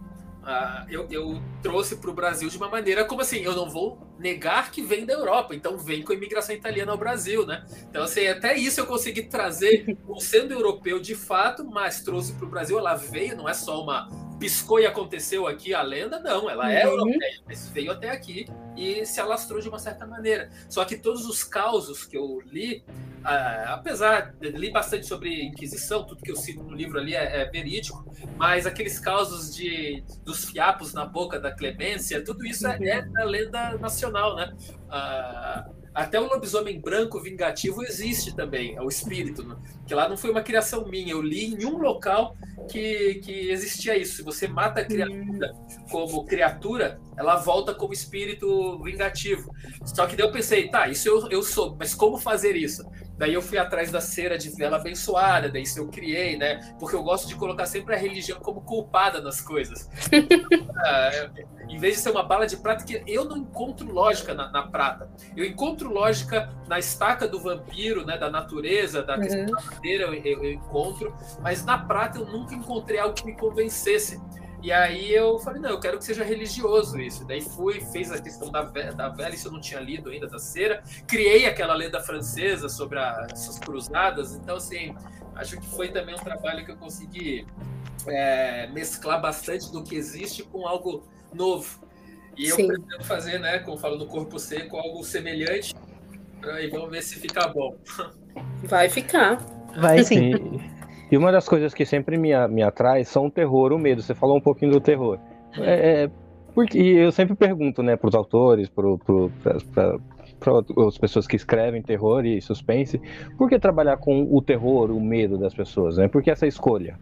eu trouxe para o Brasil de uma maneira como assim, eu não vou negar que vem da Europa, então vem com a imigração italiana ao Brasil, né? Então, assim, até isso eu consegui trazer, sendo europeu de fato, mas trouxe para o Brasil, ela veio, não é só uma piscou e aconteceu aqui a lenda, não, ela é europeia, mas veio até aqui e se alastrou de uma certa maneira. Só que todos os causos que eu li, apesar de li bastante sobre Inquisição, tudo que eu cito no livro ali é verídico, mas aqueles causos dos fiapos na boca da Clemência, tudo isso é da lenda nacional, né? Até o lobisomem branco vingativo existe também, é o espírito, né? Que lá não foi uma criação minha, eu li em um local que existia isso. Se você mata a criatura como criatura, ela volta como espírito vingativo. Só que daí eu pensei, tá, isso eu sou, mas como fazer isso? Daí eu fui atrás da cera de vela abençoada, daí isso eu criei, né? Porque eu gosto de colocar sempre a religião como culpada nas coisas. Em vez de ser uma bala de prata, que eu não encontro lógica na prata. Eu encontro lógica na estaca do vampiro, né? Da natureza, da questão da madeira, eu encontro. Mas na prata eu nunca encontrei algo que me convencesse. E aí eu falei, não, eu quero que seja religioso isso. Daí fez a questão da vela, isso eu não tinha lido ainda, da cera. Criei aquela lenda francesa sobre as cruzadas. Então, assim, acho que foi também um trabalho que eu consegui mesclar bastante do que existe com algo novo. E eu pretendo fazer, né, como falo no Corpo Seco, algo semelhante. E vamos ver se fica bom. Vai ficar. Vai sim. E uma das coisas que sempre me atrai são o terror, o medo. Você falou um pouquinho do terror. Porque eu sempre pergunto, né, para os autores, para as pessoas que escrevem terror e suspense, por que trabalhar com o terror, o medo das pessoas, né? Por que essa escolha?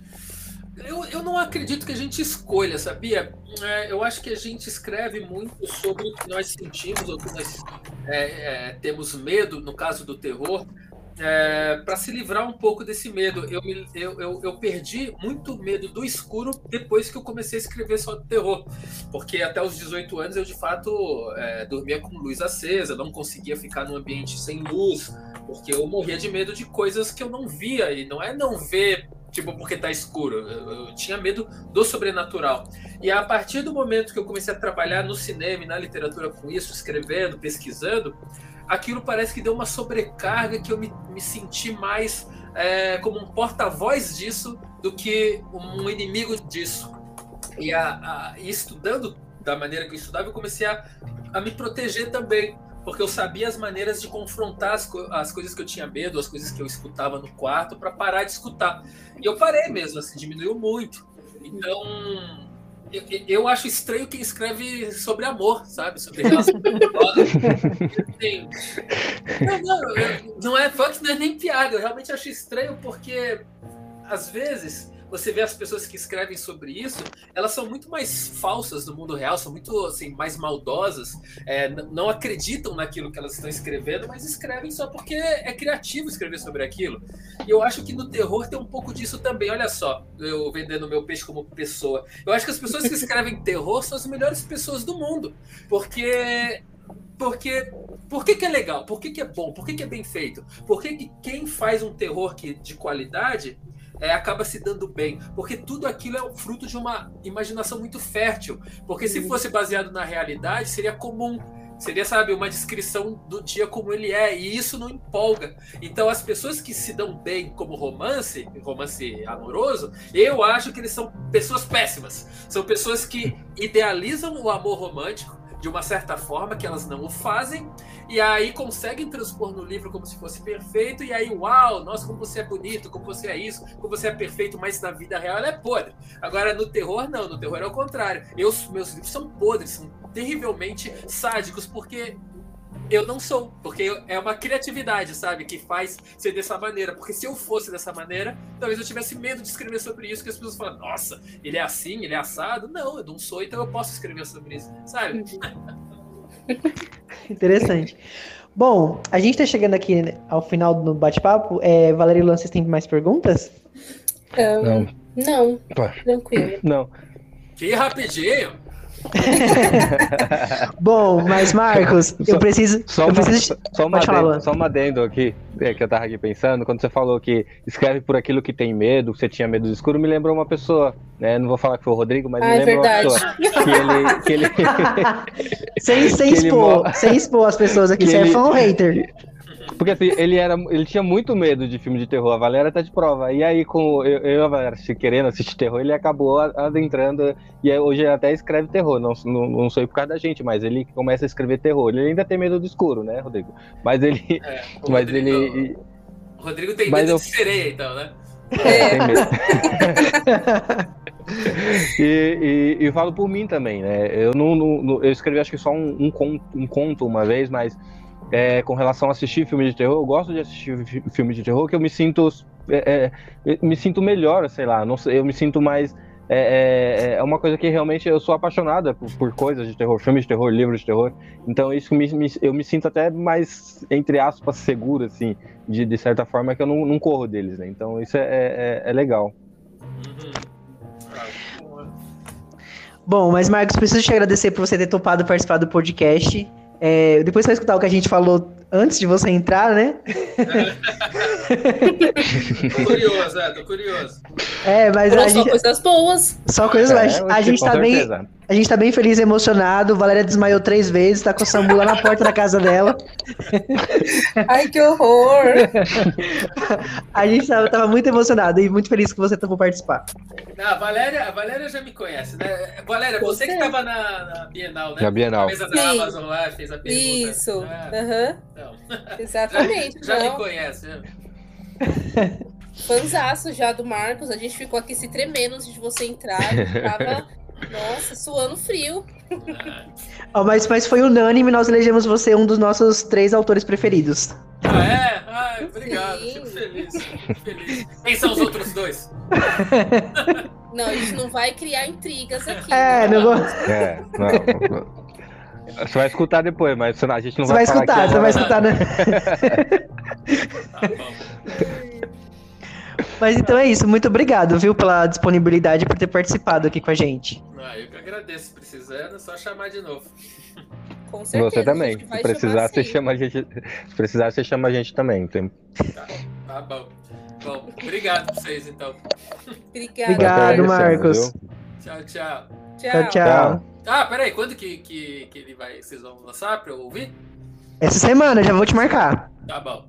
Eu não acredito que a gente escolha, sabia? Eu acho que a gente escreve muito sobre o que nós sentimos, ou que nós temos medo, no caso do terror, para se livrar um pouco desse medo. Eu perdi muito medo do escuro depois que eu comecei a escrever só do terror, porque até os 18 anos eu de fato dormia com luz acesa, não conseguia ficar num ambiente sem luz, porque eu morria de medo de coisas que eu não via, e não é não ver tipo porque tá escuro, eu tinha medo do sobrenatural. E a partir do momento que eu comecei a trabalhar no cinema e na literatura com isso, escrevendo, pesquisando, aquilo parece que deu uma sobrecarga, que eu me senti mais como um porta-voz disso do que um inimigo disso. E estudando da maneira que eu estudava, eu comecei a me proteger também, porque eu sabia as maneiras de confrontar as coisas que eu tinha medo, as coisas que eu escutava no quarto, para parar de escutar. E eu parei mesmo, assim, diminuiu muito. Então, eu acho estranho quem escreve sobre amor, sabe? Sobre relação não é nem piada, eu realmente acho estranho, porque às vezes você vê as pessoas que escrevem sobre isso, elas são muito mais falsas no mundo real, são muito assim, mais maldosas, não acreditam naquilo que elas estão escrevendo, mas escrevem só porque é criativo escrever sobre aquilo. E eu acho que no terror tem um pouco disso também. Olha só, eu vendendo meu peixe como pessoa. Eu acho que as pessoas que escrevem terror são as melhores pessoas do mundo, porque por que é legal? Por que é bom? Por que é bem feito? Por que quem faz um terror de qualidade acaba se dando bem, porque tudo aquilo é o fruto de uma imaginação muito fértil, porque se fosse baseado na realidade, seria comum, seria, sabe, uma descrição do dia como ele é, e isso não empolga. Então as pessoas que se dão bem como romance amoroso, eu acho que eles são pessoas péssimas, são pessoas que idealizam o amor romântico de uma certa forma, que elas não o fazem, e aí conseguem transpor no livro como se fosse perfeito, e aí, uau, nossa, como você é bonito, como você é isso, como você é perfeito, mas na vida real ela é podre. Agora, no terror, não, no terror é o contrário. Meus livros são podres, são terrivelmente sádicos, porque eu não sou, porque é uma criatividade, sabe, que faz ser dessa maneira, porque se eu fosse dessa maneira, talvez eu tivesse medo de escrever sobre isso, que as pessoas falam, nossa, ele é assim, ele é assado. Não, eu não sou, então eu posso escrever sobre isso, sabe? Interessante. Bom, a gente tá chegando aqui ao final do bate-papo. Valéria e Luan, vocês têm mais perguntas? Não, tranquilo. Não. Que rapidinho! Bom, mas Marcos, eu preciso. Só um adendo aqui, que eu tava aqui pensando, quando você falou que escreve por aquilo que tem medo, que você tinha medo do escuro, me lembrou uma pessoa, né? Não vou falar que foi o Rodrigo, mas me lembrou uma pessoa. Que ele... sem expor as pessoas aqui, você é fã ou hater? Porque assim, ele tinha muito medo de filme de terror, a Valéria tá de prova. E aí, com eu e a Valéria querendo assistir terror, ele acabou adentrando. E hoje ele até escreve terror. Não sei por causa da gente, mas ele começa a escrever terror. Ele ainda tem medo do escuro, né, Rodrigo? Mas ele. O Rodrigo tem medo de sereia, então, né? Tem medo. E eu falo por mim também, né? Eu escrevi acho que só um conto uma vez, mas. Com relação a assistir filme de terror, eu gosto de assistir filme de terror, que eu me sinto melhor, sei lá, não sei, eu me sinto mais, é uma coisa que realmente eu sou apaixonada por coisas de terror, filmes de terror, livros de terror, então isso eu me sinto até mais, entre aspas, seguro, assim, de certa forma, que eu não corro deles, né, então isso é legal. Bom, mas Marcos, preciso te agradecer por você ter topado participar do podcast. Depois você vai escutar o que a gente falou antes de você entrar, né? Tô curioso. Mas só coisas boas. Só coisas boas. A gente tá bem feliz e emocionado. Valéria desmaiou 3 vezes, tá com o Samu lá na porta da casa dela. Ai, que horror! A gente tava muito emocionado e muito feliz que você topou participar. A Valéria já me conhece, né? Valéria, você que tava na Bienal, né? Na Bienal. Na mesa da Amazon lá, fez a pergunta. Isso, Então. Exatamente. Já me conhece, né? Fanzaço já do Marcos, a gente ficou aqui se tremendo antes de você entrar, a gente tava, nossa, suando frio. Mas foi unânime, nós elegemos você um dos nossos 3 autores preferidos. Obrigado, fico feliz. Quem são os outros 2? Não, a gente não vai criar intrigas aqui. Não vou... não. Você vai escutar depois, mas a gente não vai falar. Você vai escutar, né? Tá bom. Mas então é isso, muito obrigado, viu, pela disponibilidade, por ter participado aqui com a gente. Eu que agradeço, se precisar, é só chamar de novo. Com certeza. Você também, se precisar, você chama a gente. Se precisar, você chama a gente também. Tá bom. Bom, obrigado pra vocês, então. Obrigado, Marcos. Tchau. Peraí, quando que vocês vão lançar pra eu ouvir? Essa semana, já vou te marcar. Tá bom.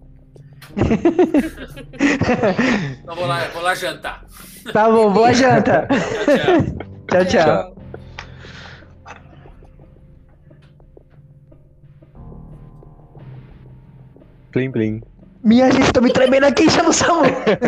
Então vou lá jantar. Tá bom, boa janta. Tchau. Plim, plim. Minha gente, tô me tremendo aqui, chama o Samu.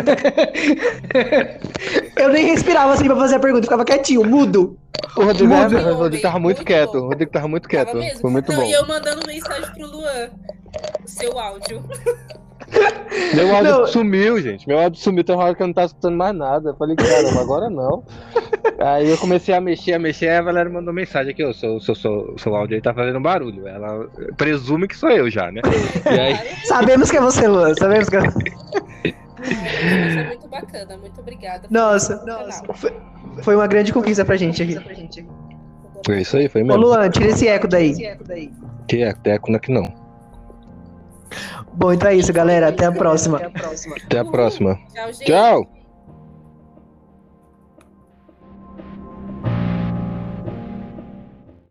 Eu nem respirava assim pra fazer a pergunta, ficava quietinho, mudo. O Rodrigo tava muito quieto. Foi muito bom. E eu mandando mensagem pro Luan. O seu áudio. Meu áudio sumiu, gente. Tem uma hora que eu não tava escutando mais nada. Eu falei, caramba, agora não. Aí eu comecei a mexer, aí a Valéria mandou mensagem aqui, seu áudio aí tá fazendo barulho. Ela presume que sou eu já, né? E aí... Sabemos que é você, Luan, sabemos que é Foi muito bacana, muito obrigada. Nossa, foi uma grande conquista pra gente aqui. Foi isso aí, foi mesmo. Ô Luan, tira esse eco daí. Que eco não. Bom, então é isso, galera. Até a próxima. Até a próxima. Tchau, gente. Tchau.